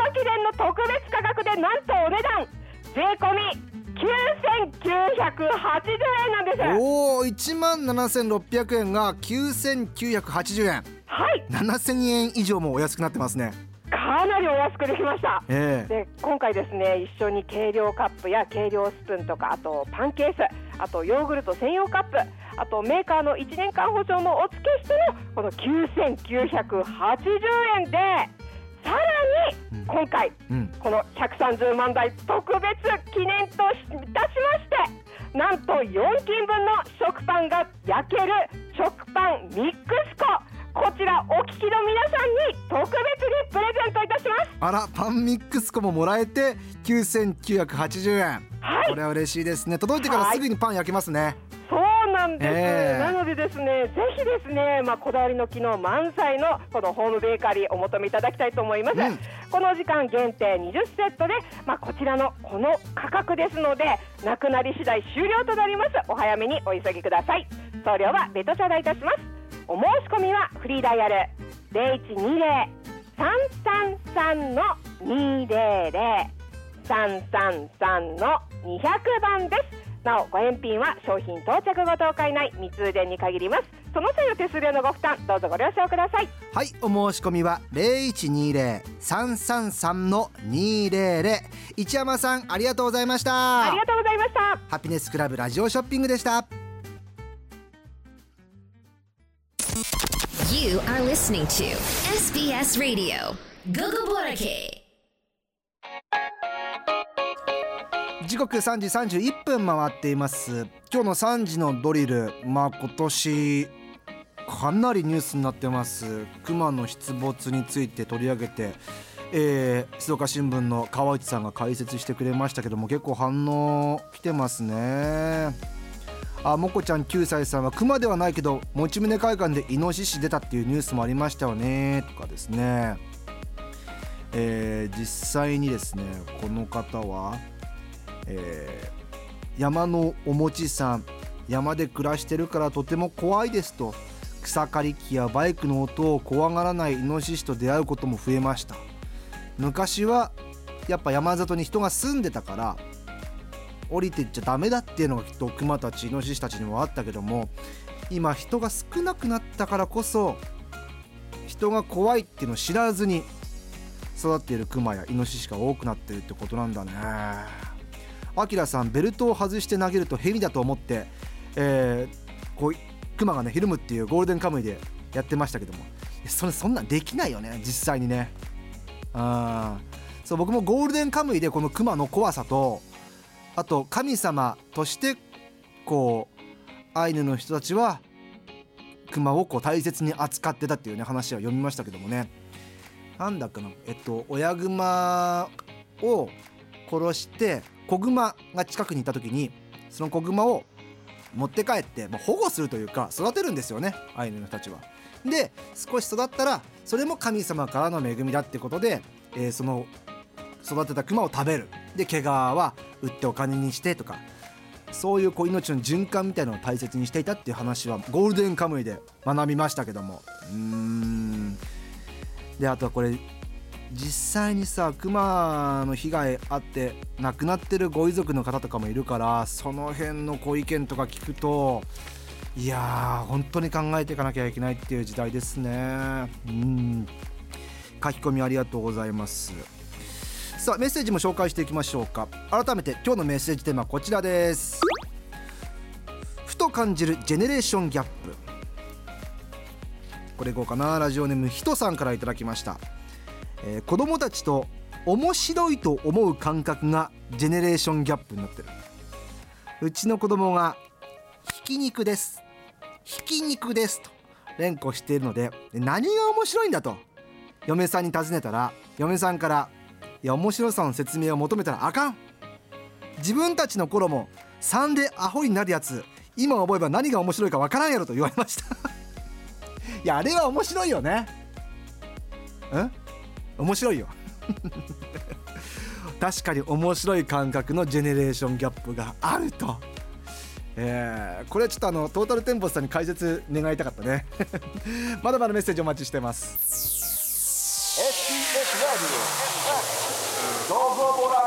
ト記念の特別価格でなんとお値段税込みきゅうせんきゅうひゃくはちじゅうえんなんです。 おお、いちまんななせんろっぴゃくえんがきゅうせんきゅうひゃくはちじゅうえん。 はい、 ななせんえん以上もお安くなってますね。 かなりお安くできました、 えー、 で今回ですね、一緒に計量カップや計量スプーンとか、あとパンケース、あとヨーグルト専用カップ、あとメーカーのいちねんかん保証もお付けしてのこのきゅうせんきゅうひゃくはちじゅうえんで、さらに今回、うん、このひゃくさんじゅうまんだい特別記念といたしまして、なんとよんきんぶんの食パンが焼ける食パンミックス粉、こちらお聞きの皆さんに特別にプレゼントいたします。 あら、パンミックス粉ももらえてきゅうせんきゅうひゃくはちじゅうえん、はい、これは嬉しいですね。届いてからすぐにパン焼けますね、はい、 そうなんです、 えー、 なのでですね、ぜひですね、まあ、こだわりの機能満載のこのホームベーカリーお求めいただきたいと思います、うん、この時間限定にじゅっセットで、まあ、こちらのこの価格ですので、なくなり次第終了となります。お早めにお急ぎください。送料は別途頂戴いたします。お申し込みはフリーダイヤル ゼロいちにゼロ さんさんさん のにゼロゼロ さんさんさん のにひゃくばんです。なおご返品は商品到着後当会内未通電に限ります。その際の手数料のご負担どうぞご了承ください。 はい、お申し込みはゼロいちにゼロ さんさんさん のにゼロゼロ。一山さんありがとうございました。 ありがとうございました。 ハピネスクラブラジオショッピングでした。 You are listening to エスビーエス Radio Gogo Borake。 時刻さんじさんじゅういっぷん回っています。今日のさんじのドリル、まあ今年かなりニュースになってます。熊の出没について取り上げて、えー、静岡新聞の川内さんが解説してくれましたけども、結構反応来てますね。あ、もこちゃんきゅうさいさんは熊ではないけどもちむね会館でイノシシ出たっていうニュースもありましたよねとかですね、えー、実際にですね、この方は、えー、山のおもちさん、山で暮らしてるからとても怖いですと、草刈り機やバイクの音を怖がらないイノシシと出会うことも増えました。昔はやっぱ山里に人が住んでたから降りてっちゃダメだっていうのがきっとクマたちイノシシたちにもあったけども、今人が少なくなったからこそ人が怖いっていうのを知らずに育っているクマやイノシシが多くなってるってことなんだね。あきらさん、ベルトを外して投げるとヘビだと思って、えー、こうクマがねひるむっていうゴールデンカムイでやってましたけども、それそんなんできないよね実際にね。あ、そう、僕もゴールデンカムイでこのクマの怖さと、あと神様としてこうアイヌの人たちはクマをこう大切に扱ってたっていうね話は読みましたけどもね。なんだっけな、えっと親グマを殺して子グマが近くにいた時に、その子グマを持って帰って、まあ、保護するというか育てるんですよね、アイヌの人たちは。で少し育ったらそれも神様からの恵みだってことで、えー、その育てたクマを食べる、で毛皮は売ってお金にしてとか、そういうこう命の循環みたいなのを大切にしていたっていう話はゴールデンカムイで学びましたけども、うーんで、あとはこれ実際にさ、クマの被害あって亡くなってるご遺族の方とかもいるから、その辺のご意見とか聞くと、いやー本当に考えていかなきゃいけないっていう時代ですね。うん、書き込みありがとうございます。さあメッセージも紹介していきましょうか。改めて今日のメッセージテーマはこちらです。ふと感じるジェネレーションギャップ。これいこうかな。ラジオネームひとさんからいただきました。えー、子供たちと面白いと思う感覚がジェネレーションギャップになってる。うちの子供がひき肉ですひき肉ですと連呼しているので、何が面白いんだと嫁さんに尋ねたら、嫁さんから、いや面白さの説明を求めたらあかん、自分たちの頃もさんでアホになるやつ今覚えば何が面白いかわからんやろと言われましたいやあれは面白いよね。ん面白いよ確かに面白い感覚のジェネレーションギャップがあると、えー、これちょっとあのトータルテンボスさんに解説願いたかったねまだまだメッセージお待ちしてます。 エスビーエス ラジオ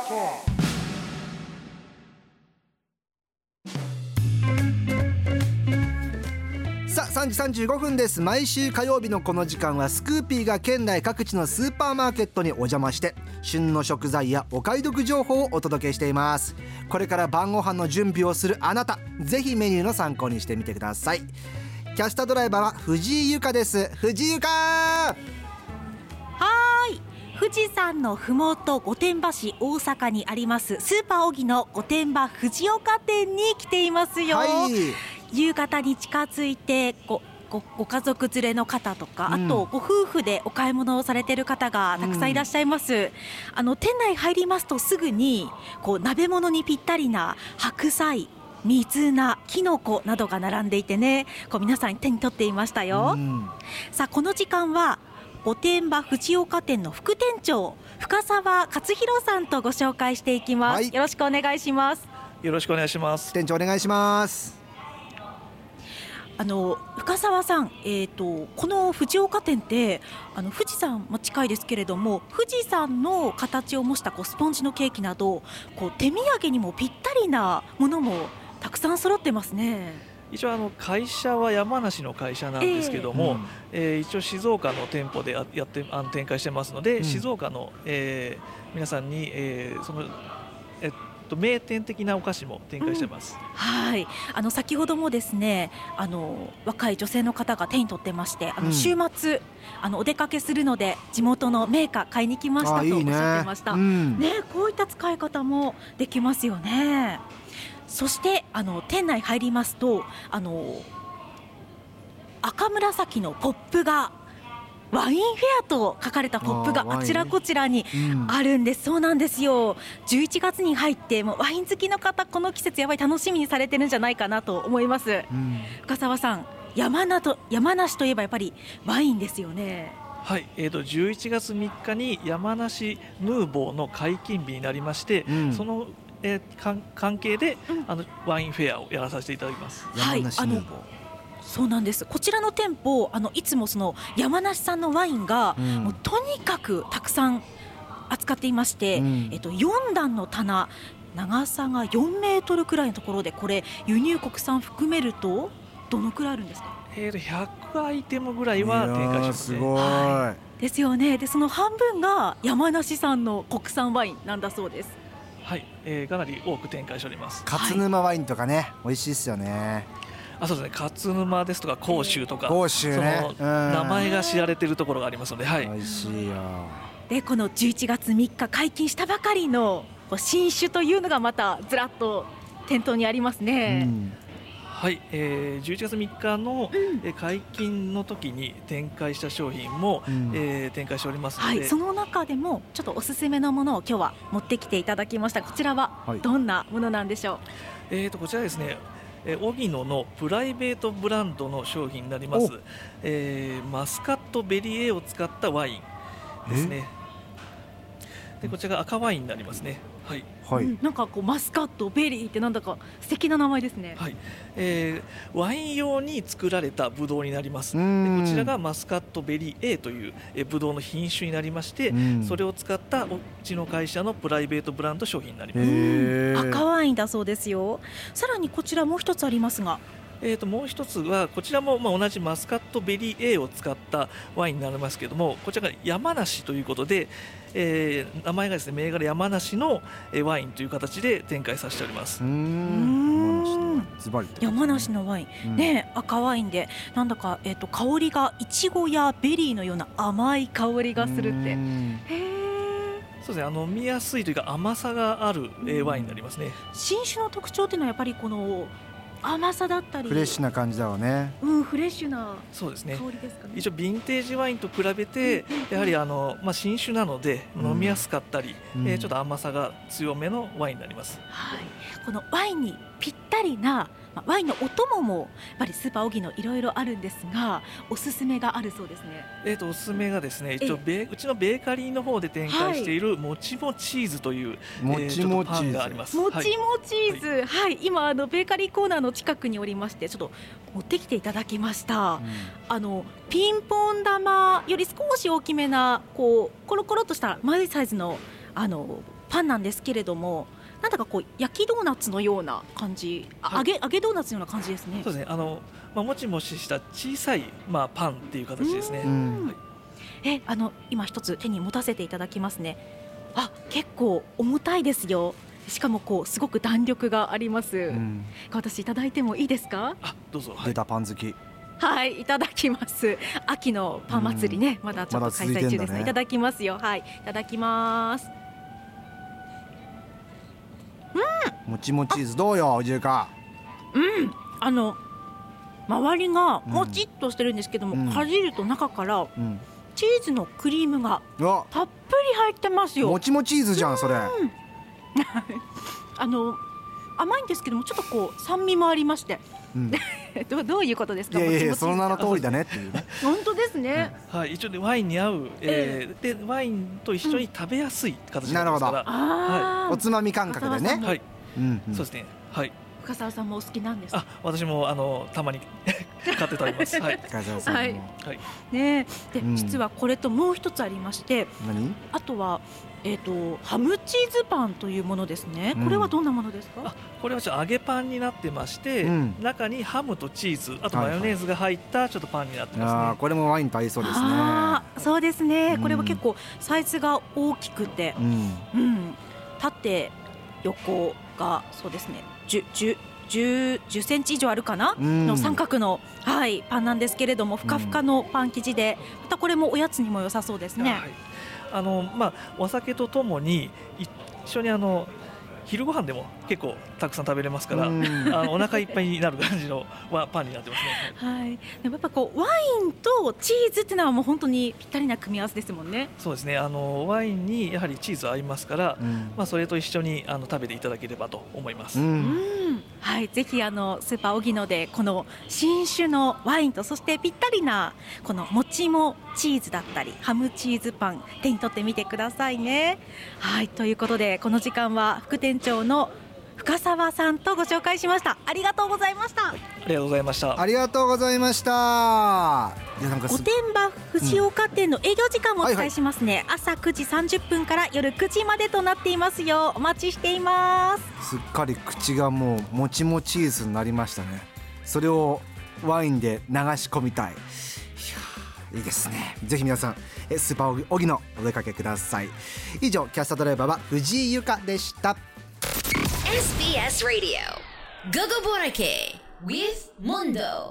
さあさんじさんじゅうごふんです。毎週火曜日のこの時間はスクーピーが県内各地のスーパーマーケットにお邪魔して旬の食材やお買い得情報をお届けしています。これから晩ご飯の準備をするあなた、ぜひメニューの参考にしてみてください。キャスタードライバーは藤井由香です。藤井由香。 はーい、富士山のふもと御殿場市大阪にありますスーパーオギの御殿場藤岡店に来ていますよ、はい、夕方に近づいてごご, ご家族連れの方とか、あとご夫婦でお買い物をされている方がたくさんいらっしゃいます、うん、あの店内入りますとすぐにこう鍋物にぴったりな白菜、水菜、きのこなどが並んでいてね、こう皆さん手に取っていましたよ、うん、さあこの時間は御殿場藤岡店の副店長深澤勝弘さんとご紹介していきます、はい、よろしくお願いします。 よろしくお願いします。 店長お願いします。 あの深澤さん、えーと、この藤岡店ってあの富士山も近いですけれども、富士山の形を模したこうスポンジのケーキなどこう手土産にもぴったりなものもたくさん揃ってますね。 一応あの会社は山梨の会社なんですけども、えーえー、一応静岡の店舗でやってあの展開してますので、うん、静岡の、えー、皆さんに、えー、そのえっと名店的なお菓子も展開してます、 うん、はい、あの先ほどもですね、あの若い女性の方が手に取ってまして、あの週末、うん、あのお出かけするので地元のメーカー買いに来ましたとおっしゃってました。いいね、うん、ね、こういった使い方もできますよね。そしてあの店内入りますと、あの赤紫のポップがワインフェアと書かれたポップがあちらこちらにあるんです。うん、そうなんですよ。じゅういちがつに入ってもうワイン好きの方、この季節やばい楽しみにされてるんじゃないかなと思います、うん、深澤さん、山梨と山梨といえばやっぱりワインですよね。 はい、えー、とじゅういちがつみっかに山梨ヌーボーの解禁日になりまして、うん、そのえー、関係で、うん、あのワインフェアをやらさせていただきます。 はい、あのそうなんです。こちらの店舗、あのいつもその山梨産のワインが、うん、もうとにかくたくさん扱っていまして、うん、えっと、よんだんの棚、長さがよんメートルくらいのところで、これ輸入国産含めるとどのくらいあるんですか？ えー、とひゃくアイテムぐらいは展開しますね。 すごい、はい、ですよね。でその半分が山梨産の国産ワインなんだそうです。 はい、えー、かなり多く展開しております。 勝沼ワインとかね、はい、美味しいですよね。 あ、そうですね、勝沼ですとか甲州とか、 甲州ね、 その名前が知られているところがありますので、はい、 美味しいよ。 でこのじゅういちがつみっか解禁したばかりの新酒というのがまたずらっと店頭にありますね。うん、 はい、えー、じゅういちがつみっかの、うん、解禁の時に展開した商品も、うん、えー、展開しておりますので、 はい、その中でもちょっとおすすめのものを今日は持ってきていただきました。こちらはどんなものなんでしょう？はい、 えー、とこちらですね、オギノのプライベートブランドの商品になります、えー、マスカットベリー A を使ったワインですね。でこちらが赤ワインになりますね。はいはい、うん、なんかこうマスカットベリーってなんだか素敵な名前ですね。 はい、えー、ワイン用に作られたブドウになります。でこちらがマスカットベリー A という、えー、ブドウの品種になりまして、それを使ったうちの会社のプライベートブランド商品になります。 赤ワインだそうですよ。さらにこちらもう一つありますが、 えー、ともう一つはこちらもまあ同じマスカットベリー A を使ったワインになりますけれども、こちらが山梨ということで、えー、名前がですね銘柄山梨のワインという形で展開させております。 うーん、ズバリ山梨のワイン、うん、ね、赤ワインでなんだか、えー、と香りがいちごやベリーのような甘い香りがするって。へー、 そうですね、あの飲みやすいというか甘さがある、えー、ワインになりますね。 新酒の特徴っていうのはやっぱりこの甘さだったりフレッシュな感じだわね。 うん、フレッシュなそうですね。 香りですかね。 一応ヴィンテージワインと比べて、やはりあの、まあ、新酒なので飲みやすかったり、うん、えー、ちょっと甘さが強めのワインになります。 はい、このワインにぴったりなワインのお供もやっぱりスーパーオギのいろいろあるんですが、おすすめがあるそうですね。 えーとおすすめがですね、一応ベうちのベーカリーの方で展開しているもちもチーズという、 もちもチーズがあります。 もちもチーズ、はい、はい、今あのベーカリーコーナーの近くにおりまして、ちょっと持ってきていただきました。うん、あのピンポン玉より少し大きめなこうコロコロとした丸いサイズのあのパンなんですけれども、なんだかこう焼きドーナツのような感じ、はい、揚げ揚げドーナツのような感じですね。 そうですね、あの、まあ、もちもちした小さい、まあ、パンっていう形ですね。はい、 えあの今一つ手に持たせていただきますね。あ、結構重たいですよ。しかもこうすごく弾力があります、うん、私いただいてもいいですか？ あ、どうぞ。 出たパン好き。 はい、いただきます。秋のパン祭りね、まだちょっと開催中ですね。まだ続いてんだね。いただきますよ。はい、いただきます。 うん、もちもチーズどうよ、ジェイカ。 うん、あの周りがもちっとしてるんですけども、うん、かじると中から、うん、チーズのクリームがたっぷり入ってますよ。 もちもチーズじゃんそれ。 あの甘いんですけども、ちょっとこう酸味もありまして、うん、ど, どういうことですか？ いやいやいや、その名の通りだねっていうね。 本当ですね、 うん、はい、一応でワインに合う、えー、でワインと一緒に食べやすい形なんですから、 うん、なるほど、はい、おつまみ感覚でね。 はい、うんうん、そうですね。はい。 深澤さんもお好きなんですか？ あ、私もあのたまに買って食べます。はい。 深澤さんも。はい。 ねで、うん、実はこれともう一つありまして、 何？ あとは。えー、とハムチーズパンというものですね。これはどんなものですか？ うん、あ、これはちょっと揚げパンになってまして、うん、中にハムとチーズ、あとマヨネーズが入ったちょっとパンになってますね。 はいはい、あ、これもワインと合いそうですね。 あ、そうですね、うん、これは結構サイズが大きくて、うんうん、縦横がそうですね じゅう, じゅう, じゅっセンチ以上あるかな、うん、の三角の、はい、パンなんですけれども、ふかふかのパン生地で、またこれもおやつにも良さそうですね。はい、 あのまあ、お酒とともに一緒にあの昼ご飯でも結構たくさん食べれますから、あのお腹いっぱいになる感じのパンになってますね。 はい、でもやっぱこうワインとチーズっていうのはもう本当にぴったりな組み合わせですもんね。 そうですね、あのワインにやはりチーズ合いますから、うん、まあ、それと一緒にあの食べていただければと思います。うん、 はい、ぜひあのスーパーオギノでこの新種のワインと、そしてぴったりなこのもちもチーズだったりハムチーズパン手に取ってみてくださいね。はい、ということでこの時間は副店長の深澤さんとご紹介しました。ありがとうございました。 ありがとうございました。 ありがとうございました。 御殿場藤岡店の営業時間もお伝えしますね。はいはい、朝くじさんじゅっぷんから夜くじまでとなっていますよ。お待ちしています。 すっかり口がもうもちもチーズになりましたね。それをワインで流し込みたい。いや、いいですね。ぜひ皆さんスーパーオギノお出かけください。以上、キャスタードライバーは藤井由香でした。 エスビーエス Radio Gogo Borake with Mundo。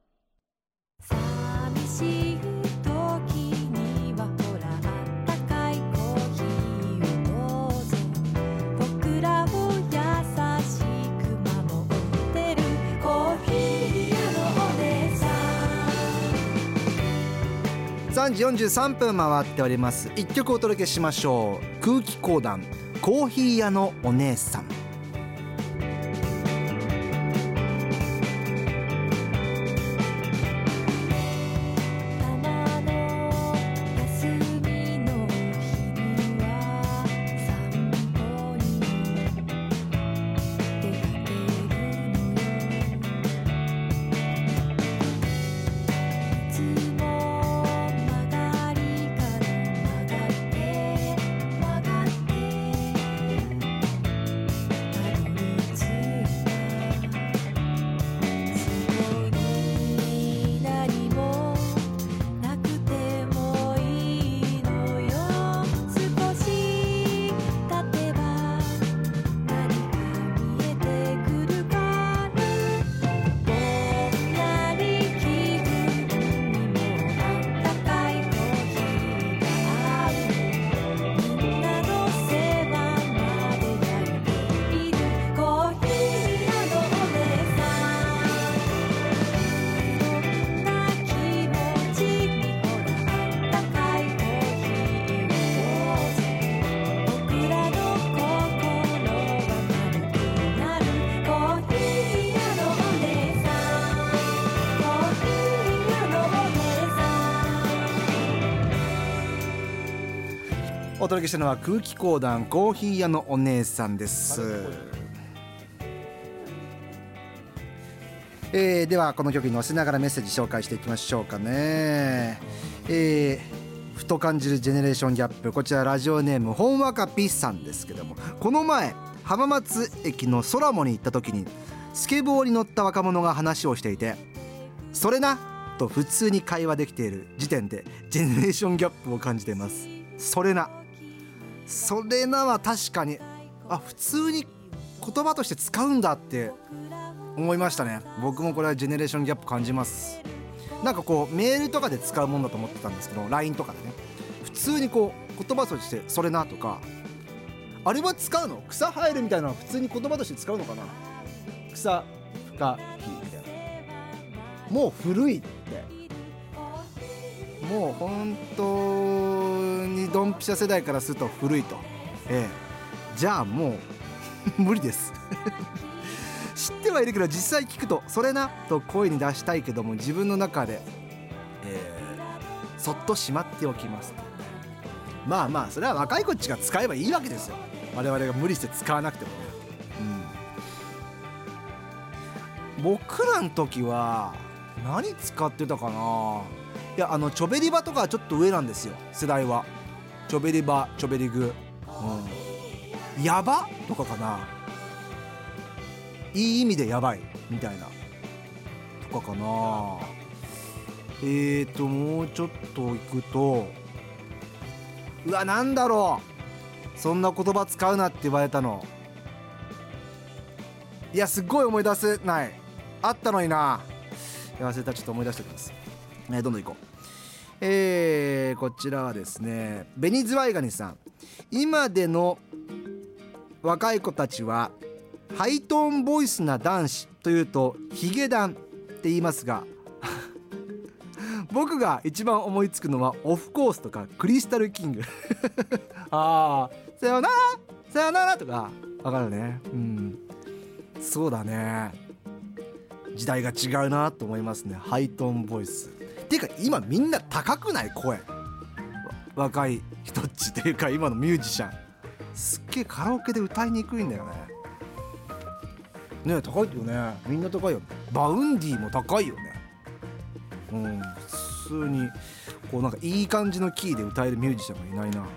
寂しい時にはほらあったかいコーヒーをどうぞ。僕らを優しく守ってるコーヒー屋のお姉さん。さんじよんじゅうさんぷん回っております。いっきょくお届けしましょう。空気講談コーヒー屋のお姉さん。お届けしたのは空気講談コーヒー屋のお姉さんです。えー、ではこの曲に乗せながらメッセージ紹介していきましょうかね。えー、 ふと感じるジェネレーションギャップ、こちらラジオネームほんわかぴっさんですけども、この前浜松駅のソラモに行った時にスケボーに乗った若者が話をしていて、それなと普通に会話できている時点でジェネレーションギャップを感じています。それなそれなは確かにあ普通に言葉として使うんだって思いましたね。僕もこれはジェネレーションギャップ感じます。なんかこうメールとかで使うもんだと思ってたんですけど、 ライン とかでね普通にこう言葉としてそれなとか、あれは使うの？草生えるみたいなのは普通に言葉として使うのかな。草深きみたいな、もう古いってもう本当にドンピシャ世代からすると古いと、ええ、じゃあもう無理です知ってはいるけど実際聞くとそれなと声に出したいけども自分の中で、えー、そっとしまっておきます。まあまあそれは若い子っちが使えばいいわけですよ。我々が無理して使わなくてもね、うん、僕らの時は何使ってたかな。いやあのチョベリバとかはちょっと上なんですよ世代は。チョベリバチョベリグ、うん、ヤバとかかな、いい意味でやばいみたいなとかかな。えーともうちょっと行くと、うわなんだろう、そんな言葉使うなって言われたの、いやすっごい思い出せない、あったのにな、忘れた、ちょっと思い出しておきます。えー、どんどん行こう。えー、こちらはですねベニズワイガニさん、今での若い子たちはハイトーンボイスな男子というとヒゲダンって言いますが僕が一番思いつくのはオフコースとかクリスタルキングああさよならさよならとかわかるね。うんそうだね、時代が違うなと思いますね。ハイトーンボイスっていうか今みんな高くない声、若い人っちっていうか今のミュージシャンすっげえカラオケで歌いにくいんだよね。ねえ高いよね、みんな高いよ。バウンディも高いよね。うん普通にこうなんかいい感じのキーで歌えるミュージシャンがいないな。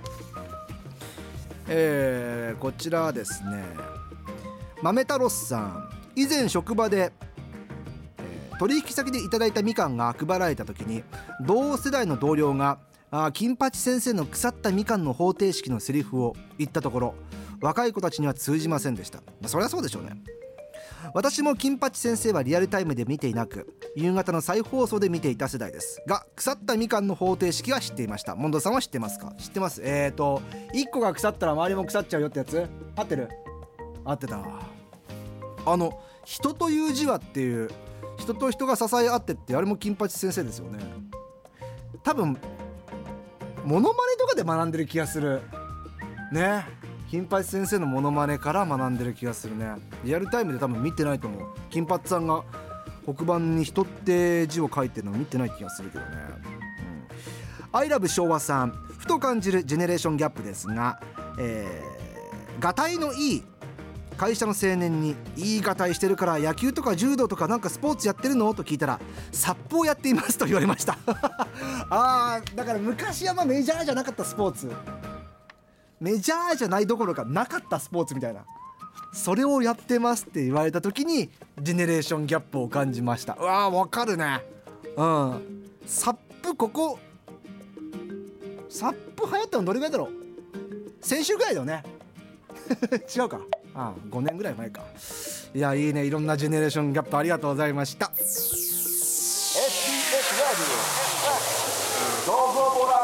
えー、こちらはですね豆太郎さん、以前職場で、えー、取引先でいただいたみかんが配られた時に同世代の同僚があ金八先生の腐ったみかんの方程式のセリフを言ったところ若い子たちには通じませんでした。そりゃそうでしょうね。私も金八先生はリアルタイムで見ていなく夕方の再放送で見ていた世代ですが、腐ったみかんの方程式は知っていました。モンドさんは知ってますか？知ってます。えーといっこが腐ったら周りも腐っちゃうよってやつ合ってる？合ってた。あの人という字はっていう人と人が支え合ってってあれも金八先生ですよね。多分モノマネとかで学んでる気がするね。金八先生のモノマネから学んでる気がするね。リアルタイムで多分見てないと思う。金八さんが黒板に人って字を書いてるのを見てない気がするけどね、うん、アイラブ昭和さん、ふと感じるジェネレーションギャップですが、えー、がたいのいい会社の青年にいいがたいしてるから野球とか柔道とかなんかスポーツやってるのと聞いたらサップをやっていますと言われましたあーだから昔はまあメジャーじゃなかったスポーツ、メジャーじゃないどころかなかったスポーツみたいな、それをやってますって言われた時にジェネレーションギャップを感じました。うわーわかるね。うんサップここサップ流行ったのどれぐらいだろう。先週ぐらいだよね違うか、ああごねんぐらい前か。いやいいね、いろんなジェネレーションギャップありがとうございました。 エスビーエス ラジオゴゴボラ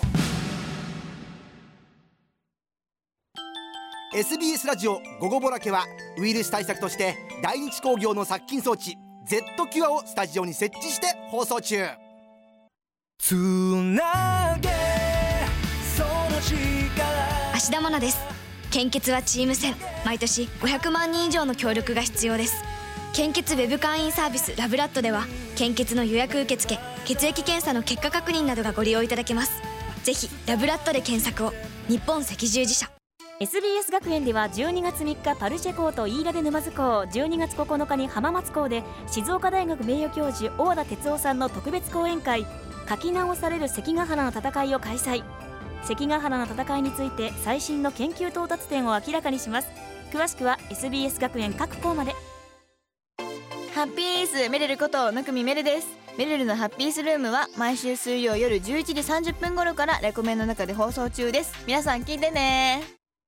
ケ エスビーエス ラジオゴゴボラケはウイルス対策として大日工業の殺菌装置 Z キュアをスタジオに設置して放送中。 つなげその力。 芦田愛菜です。献血はチーム戦、毎年ごひゃくまんにん以上の協力が必要です。献血ウェブ会員サービスラブラッドでは献血の予約受付、血液検査の結果確認などがご利用いただけます。ぜひラブラッドで検索を。日本赤十字社。 エスビーエス 学園ではじゅうにがつみっかパルシェ校と飯舘沼津校、じゅうにがつここのかに浜松校で静岡大学名誉教授大田哲夫さんの特別講演会書き直される関ヶ原の戦いを開催。関ヶ原の戦いについて最新の研究到達点を明らかにします。詳しくは エスビーエス 学園各校まで。 ハッピーースメレルこと生見メルです。メレルのハッピースルームは毎週水曜夜じゅういちじさんじゅっぷん頃からレコメンの中で放送中です。皆さん聞いてね。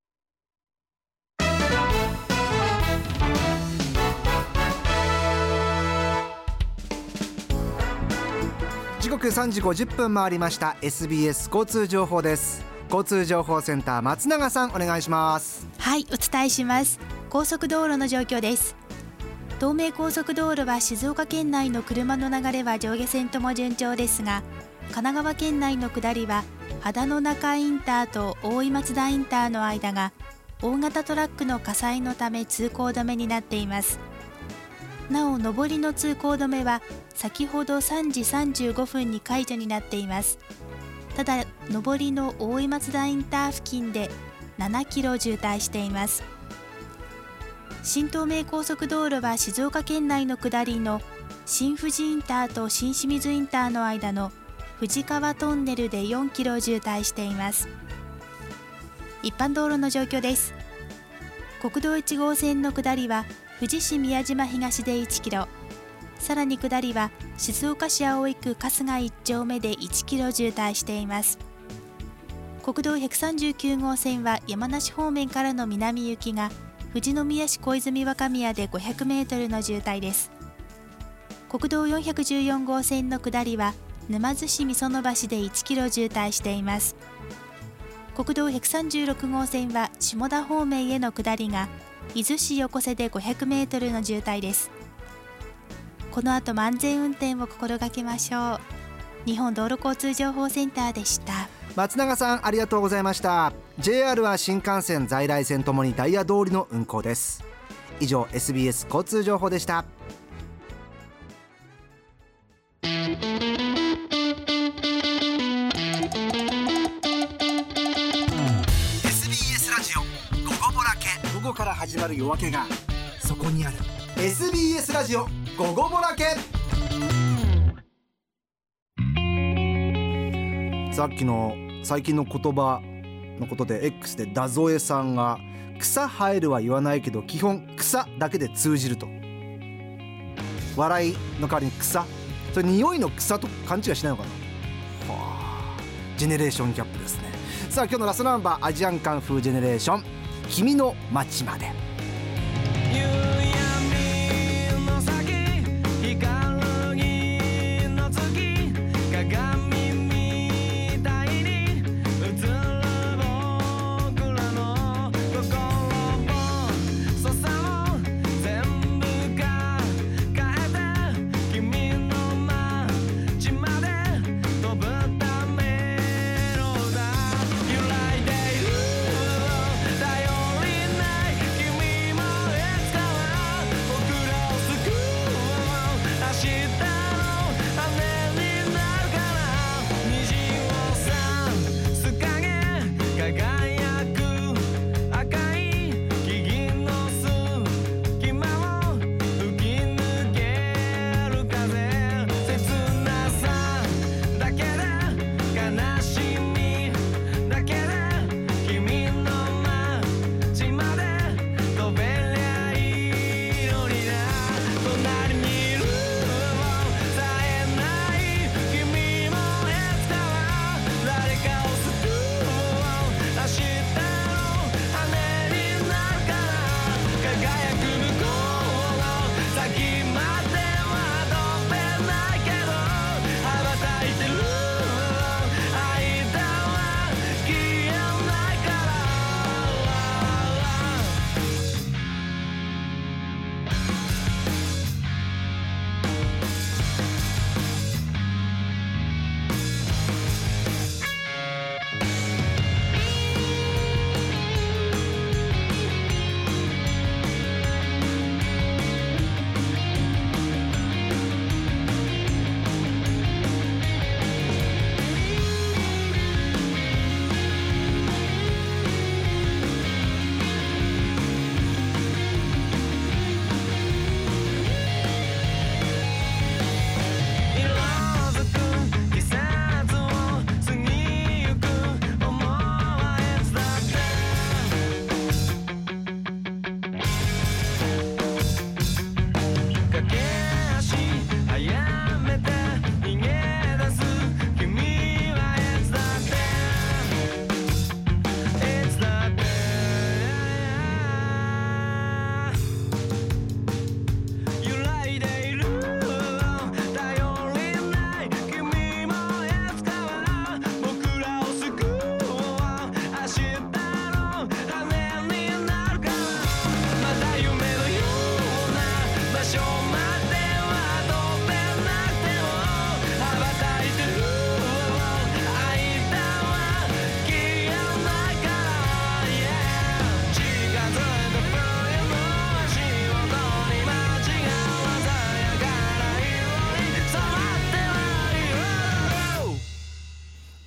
時刻さんじごじゅっぷん回りました。 エスビーエス 交通情報です。交通情報センター松永さん、お願いします。 はい、お伝えします。高速道路の状況です。東名高速道路は静岡県内の車の流れは上下線とも順調ですが、神奈川県内の下りは秦野中インターと大井松田インターの間が大型トラックの火災のため通行止めになっています。なお上りの通行止めは先ほどさんじさんじゅうごふんに解除になっています。ただ上りの大井松田インター付近でななキロ渋滞しています。新東名高速道路は静岡県内の下りの新富士インターと新清水インターの間の富士川トンネルでよんキロ渋滞しています。一般道路の状況です。国道いち号線の下りは富士市宮島東でいちキロ、さらに下りは静岡市葵区春日いち丁目でいちキロ渋滞しています。国道ひゃくさんじゅうきゅう号線は山梨方面からの南行きが富士宮市小泉若宮でごひゃくメートルの渋滞です。国道よんひゃくじゅうよん号線の下りは沼津市美園橋でいちキロ渋滞しています。国道ひゃくさんじゅうろく号線は下田方面への下りが伊豆市横瀬でごひゃくメートルの渋滞です。この後も安全運転を心がけましょう。日本道路交通情報センターでした。 松永さん、ありがとうございました。 ジェイアール は新幹線在来線ともにダイヤ通りの運行です。以上 エスビーエス 交通情報でした。 エスビーエス ラジオ午後ぼらけ。午後から始まる夜明けがそこにある。 エスビーエス ラジオ午後ぼらけ。 さっきの最近の言葉のことで X でダゾエさんが草生えるは言わないけど基本草だけで通じると。笑いの代わりに草、それ匂いの草と勘違いしないのかな。はあ、ジェネレーションギャップですね。さあ今日のラストナンバー、アジアンカンフージェネレーション、君の街まで。 君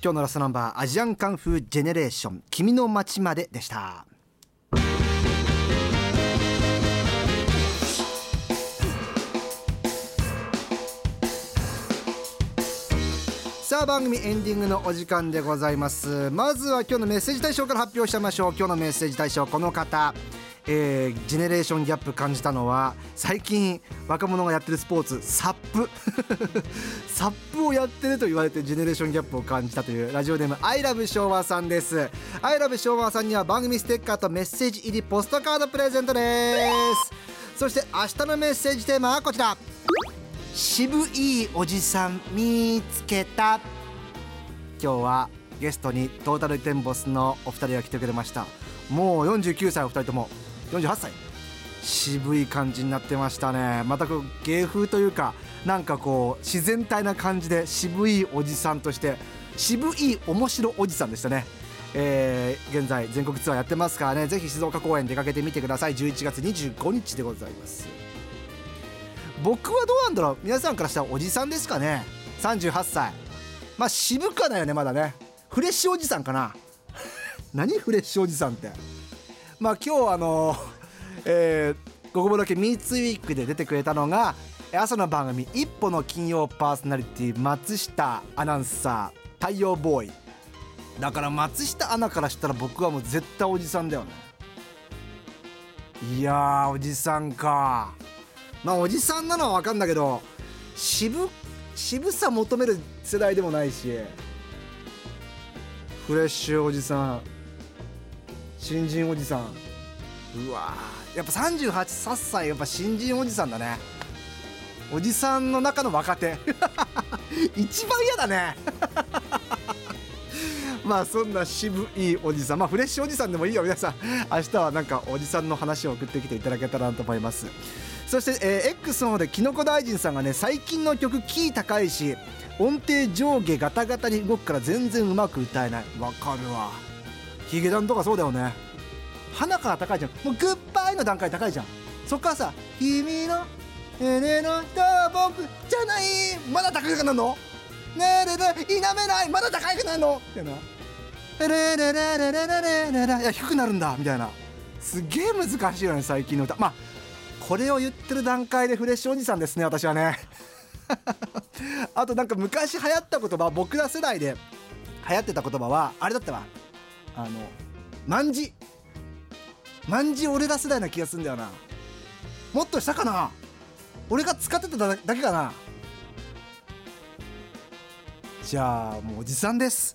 今日のラストナンバーアジアンカンフージェネレーション君の街まででした。さあ番組エンディングのお時間でございます。まずは今日のメッセージ大賞から発表してみましょう。今日のメッセージ大賞、この方、えー、ジェネレーションギャップ感じたのは、最近若者がやってるスポーツサップサップをやってると言われてジェネレーションギャップを感じたというラジオネームアイラブ昭和さんです。アイラブ昭和さんには番組ステッカーとメッセージ入りポストカードプレゼントです。そして明日のメッセージテーマはこちら、渋いおじさん見つけた。今日はゲストにトータルテンボスのお二人が来てくれました。もうよんじゅうきゅうさいお二人ともよんじゅうはっさい、渋い感じになってましたね。またこう芸風というか、なんかこう自然体な感じで渋いおじさんとして、渋い面白おじさんでしたね。えー、現在全国ツアーやってますからね、ぜひ静岡公演出かけてみてください。じゅういちがつにじゅうごにちでございます。僕はどうなんだろう、皆さんからしたらおじさんですかね。さんじゅうはっさい、まあ渋くはないよね、まだね。フレッシュおじさんかな何フレッシュおじさんって。まあ今日あのえー、午後だけミーツウィークで出てくれたのが、朝の番組一歩の金曜パーソナリティ松下アナウンサー、太陽ボーイだから、松下アナからしたら僕はもう絶対おじさんだよね。いやー、おじさんか。まあおじさんなのは分かんだけど、渋渋さ求める世代でもないし、フレッシュおじさん、新人おじさん、うわー、やっぱさんじゅうはっさいやっぱ新人おじさんだね。おじさんの中の若手一番嫌だねまあそんな渋いおじさん、まあフレッシュおじさんでもいいよ皆さん。明日はなんかおじさんの話を送ってきていただけたらなと思います。そして、えー、X の方できのこ大臣さんがね、最近の曲キー高いし音程上下ガタガタに動くから全然うまく歌えない。わかるわ。ヒゲダンとかそうだよね。鼻から高いじゃん。もうグッバイの段階高いじゃん。そっからさ、君の胸の人は僕じゃない、まだ高くなるのねえねえ否めない、まだ高くなるのみたいな、レレレレレレレレ、いや低くなるんだみたいな、すげえ難しいよね最近の歌。まあこれを言ってる段階でフレッシュおじさんですね、私はねあとなんか昔流行った言葉、僕ら世代で流行ってた言葉はあれだったわ、あのまんじまんじ俺ら世代な気がするんだよな。もっと下かな、俺が使ってただけかな。じゃあもうおじさんです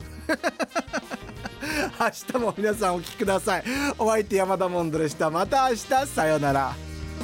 明日も皆さんお聞きください。お相手山田モンドでした。また明日、さようなら。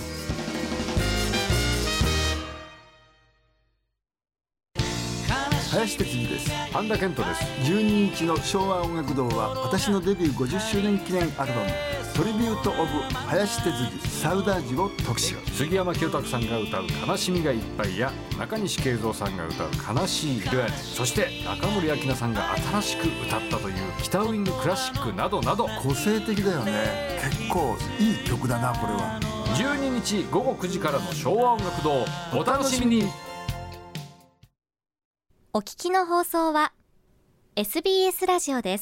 林哲司です。半田健人です。じゅうににちの昭和音楽堂は私のデビューごじゅっしゅうねん記念アルバムトリビュートオブ林哲司サウダージを特集。 杉山清隆さんが歌う悲しみがいっぱいや、中西慶三さんが歌う悲しい色や、そして中森明菜さんが新しく歌ったという北ウイングクラシックなどなど、 個性的だよね。結構いい曲だなこれは。 じゅうににちごごくじからの昭和音楽堂、お楽しみに。 お聞きの放送は エスビーエス ラジオです。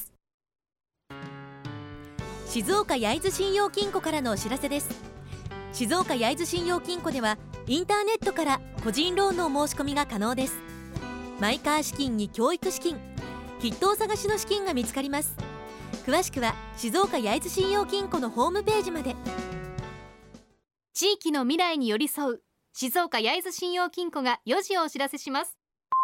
静岡焼津信用金庫からのお知らせです。静岡焼津信用金庫ではインターネットから個人ローンの申し込みが可能です。マイカー資金に教育資金、筆頭探しの資金が見つかります。詳しくは静岡焼津信用金庫のホームページまで。 地域の未来に寄り添う静岡焼津信用金庫がよじをお知らせします。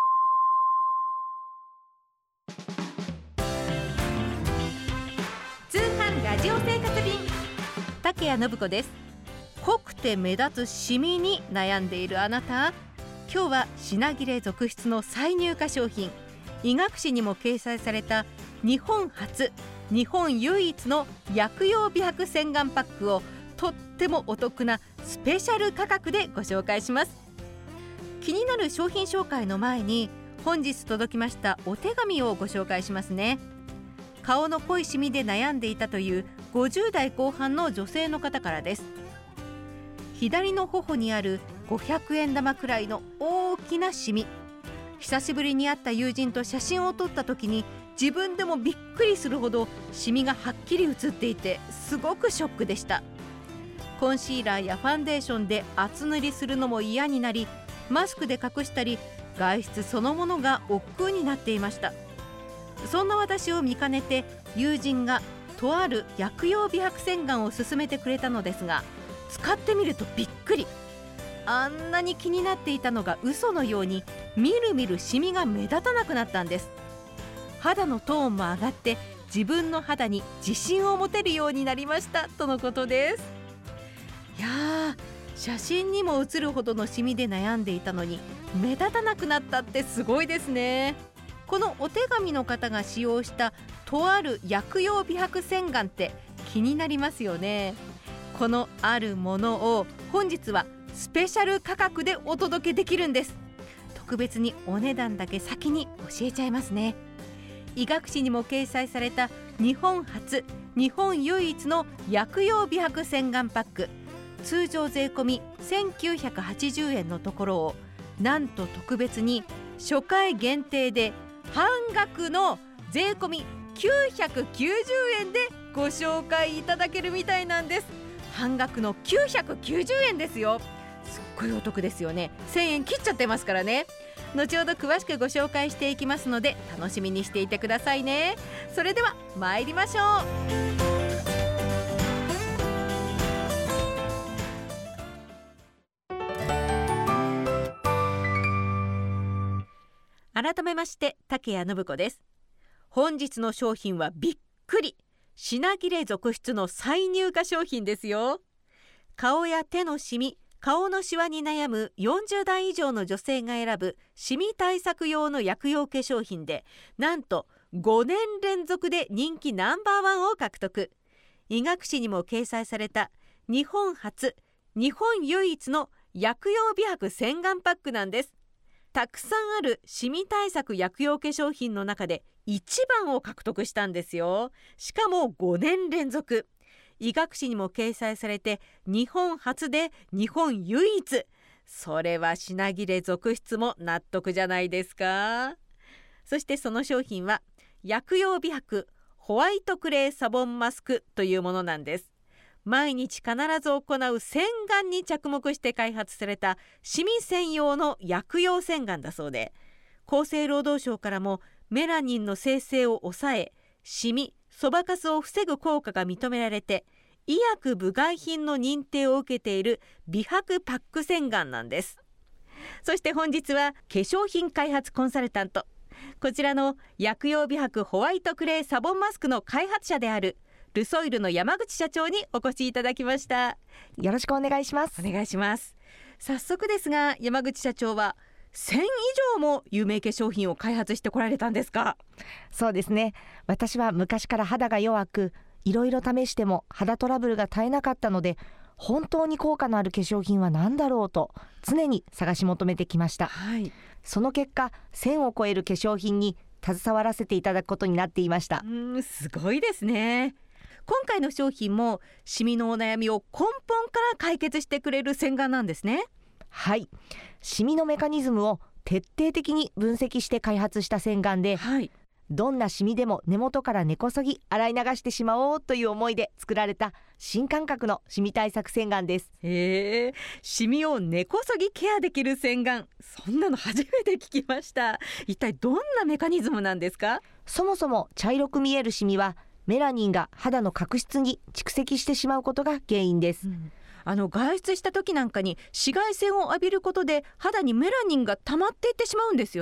通販ラジオ生活便、竹谷信子です。濃くて目立つシミに悩んでいるあなた、今日は品切れ続出の再入荷商品、医学誌にも掲載された日本初日本唯一の薬用美白洗顔パックをとってもお得なスペシャル価格でご紹介します。気になる商品紹介の前に本日届きましたお手紙をご紹介しますね。顔の濃いシミで悩んでいたというごじゅうだいこう半の女性の方からです。左の頬にあるごひゃくえん玉くらいの大きなシミ、 久しぶりに会った友人と写真を撮った時に自分でもびっくりするほどシミがはっきり写っていて、すごくショックでした。コンシーラーやファンデーションで厚塗りするのも嫌になり、マスクで隠したり外出そのものが億劫になっていました。そんな私を見かねて友人がとある薬用美白洗顔を勧めてくれたのですが、使ってみるとびっくり。あんなに気になっていたのが嘘のようにみるみるシミが目立たなくなったんです。肌のトーンも上がって自分の肌に自信を持てるようになりましたとのことです。いやー、写真にも写るほどのシミで悩んでいたのに目立たなくなったってすごいですね。このお手紙の方が使用したとある薬用美白洗顔って気になりますよね。このあるものを本日はスペシャル価格でお届けできるんです。特別にお値段だけ先に教えちゃいますね。医学誌にも掲載された日本初日本唯一の薬用美白洗顔パック、通常税込みせんきゅうひゃくはちじゅうえんのところをなんと特別に初回限定で半額の税込みきゅうひゃくきゅうじゅうえんでご紹介いただけるみたいなんです。半額のきゅうひゃくきゅうじゅうえんですよ。すっごいお得ですよね。せんえん切っちゃってますからね。後ほど詳しくご紹介していきますので楽しみにしていてくださいね。それでは参りましょう。改めまして竹谷信子です。本日の商品はびっくり品切れ続出の再入荷商品ですよ。顔や手のシミ、顔のシワに悩むよんじゅうだい以上の女性が選ぶシミ対策用の薬用化粧品で、なんとごねん連続で人気ナンバーワンを獲得。医学誌にも掲載された日本初日本唯一の薬用美白洗顔パックなんです。たくさんあるシミ対策薬用化粧品の中で一番を獲得したんですよ。しかもごねん連続。医学誌にも掲載されて日本初で日本唯一。それは品切れ続出も納得じゃないですか。そしてその商品は薬用美白ホワイトクレイサボンマスクというものなんです。毎日必ず行う洗顔に着目して開発されたシミ専用の薬用洗顔だそうで、厚生労働省からもメラニンの生成を抑え、シミ、そばかすを防ぐ効果が認められて、医薬部外品の認定を受けている美白パック洗顔なんです。そして本日は化粧品開発コンサルタント、こちらの薬用美白ホワイトクレイサボンマスクの開発者であるルソイルの山口社長にお越しいただきました。 よろしくお願いします。 お願いします。早速ですが、山口社長はせん以上も有名化粧品を開発してこられたんですか？ そうですね。私は昔から肌が弱く、いろいろ試しても肌トラブルが絶えなかったので、本当に効果のある化粧品は何だろうと常に探し求めてきました、 はい、 その結果せんを超える化粧品に携わらせていただくことになっていました。 うーん、すごいですね。今回の商品もシミのお悩みを根本から解決してくれる洗顔なんですね。 はい、シミのメカニズムを徹底的に分析して開発した洗顔で、 はい、 どんなシミでも根元から根こそぎ洗い流してしまおうという思いで作られた新感覚のシミ対策洗顔です。 へー、シミを根こそぎケアできる洗顔、そんなの初めて聞きました。一体どんなメカニズムなんですか？ そもそも茶色く見えるシミはメラニンが肌の角質に蓄積してしまうことが原因です、 うん、あの外出した時なんかに紫外線を浴びることで肌にメラニンが溜まっていってしまうんですよ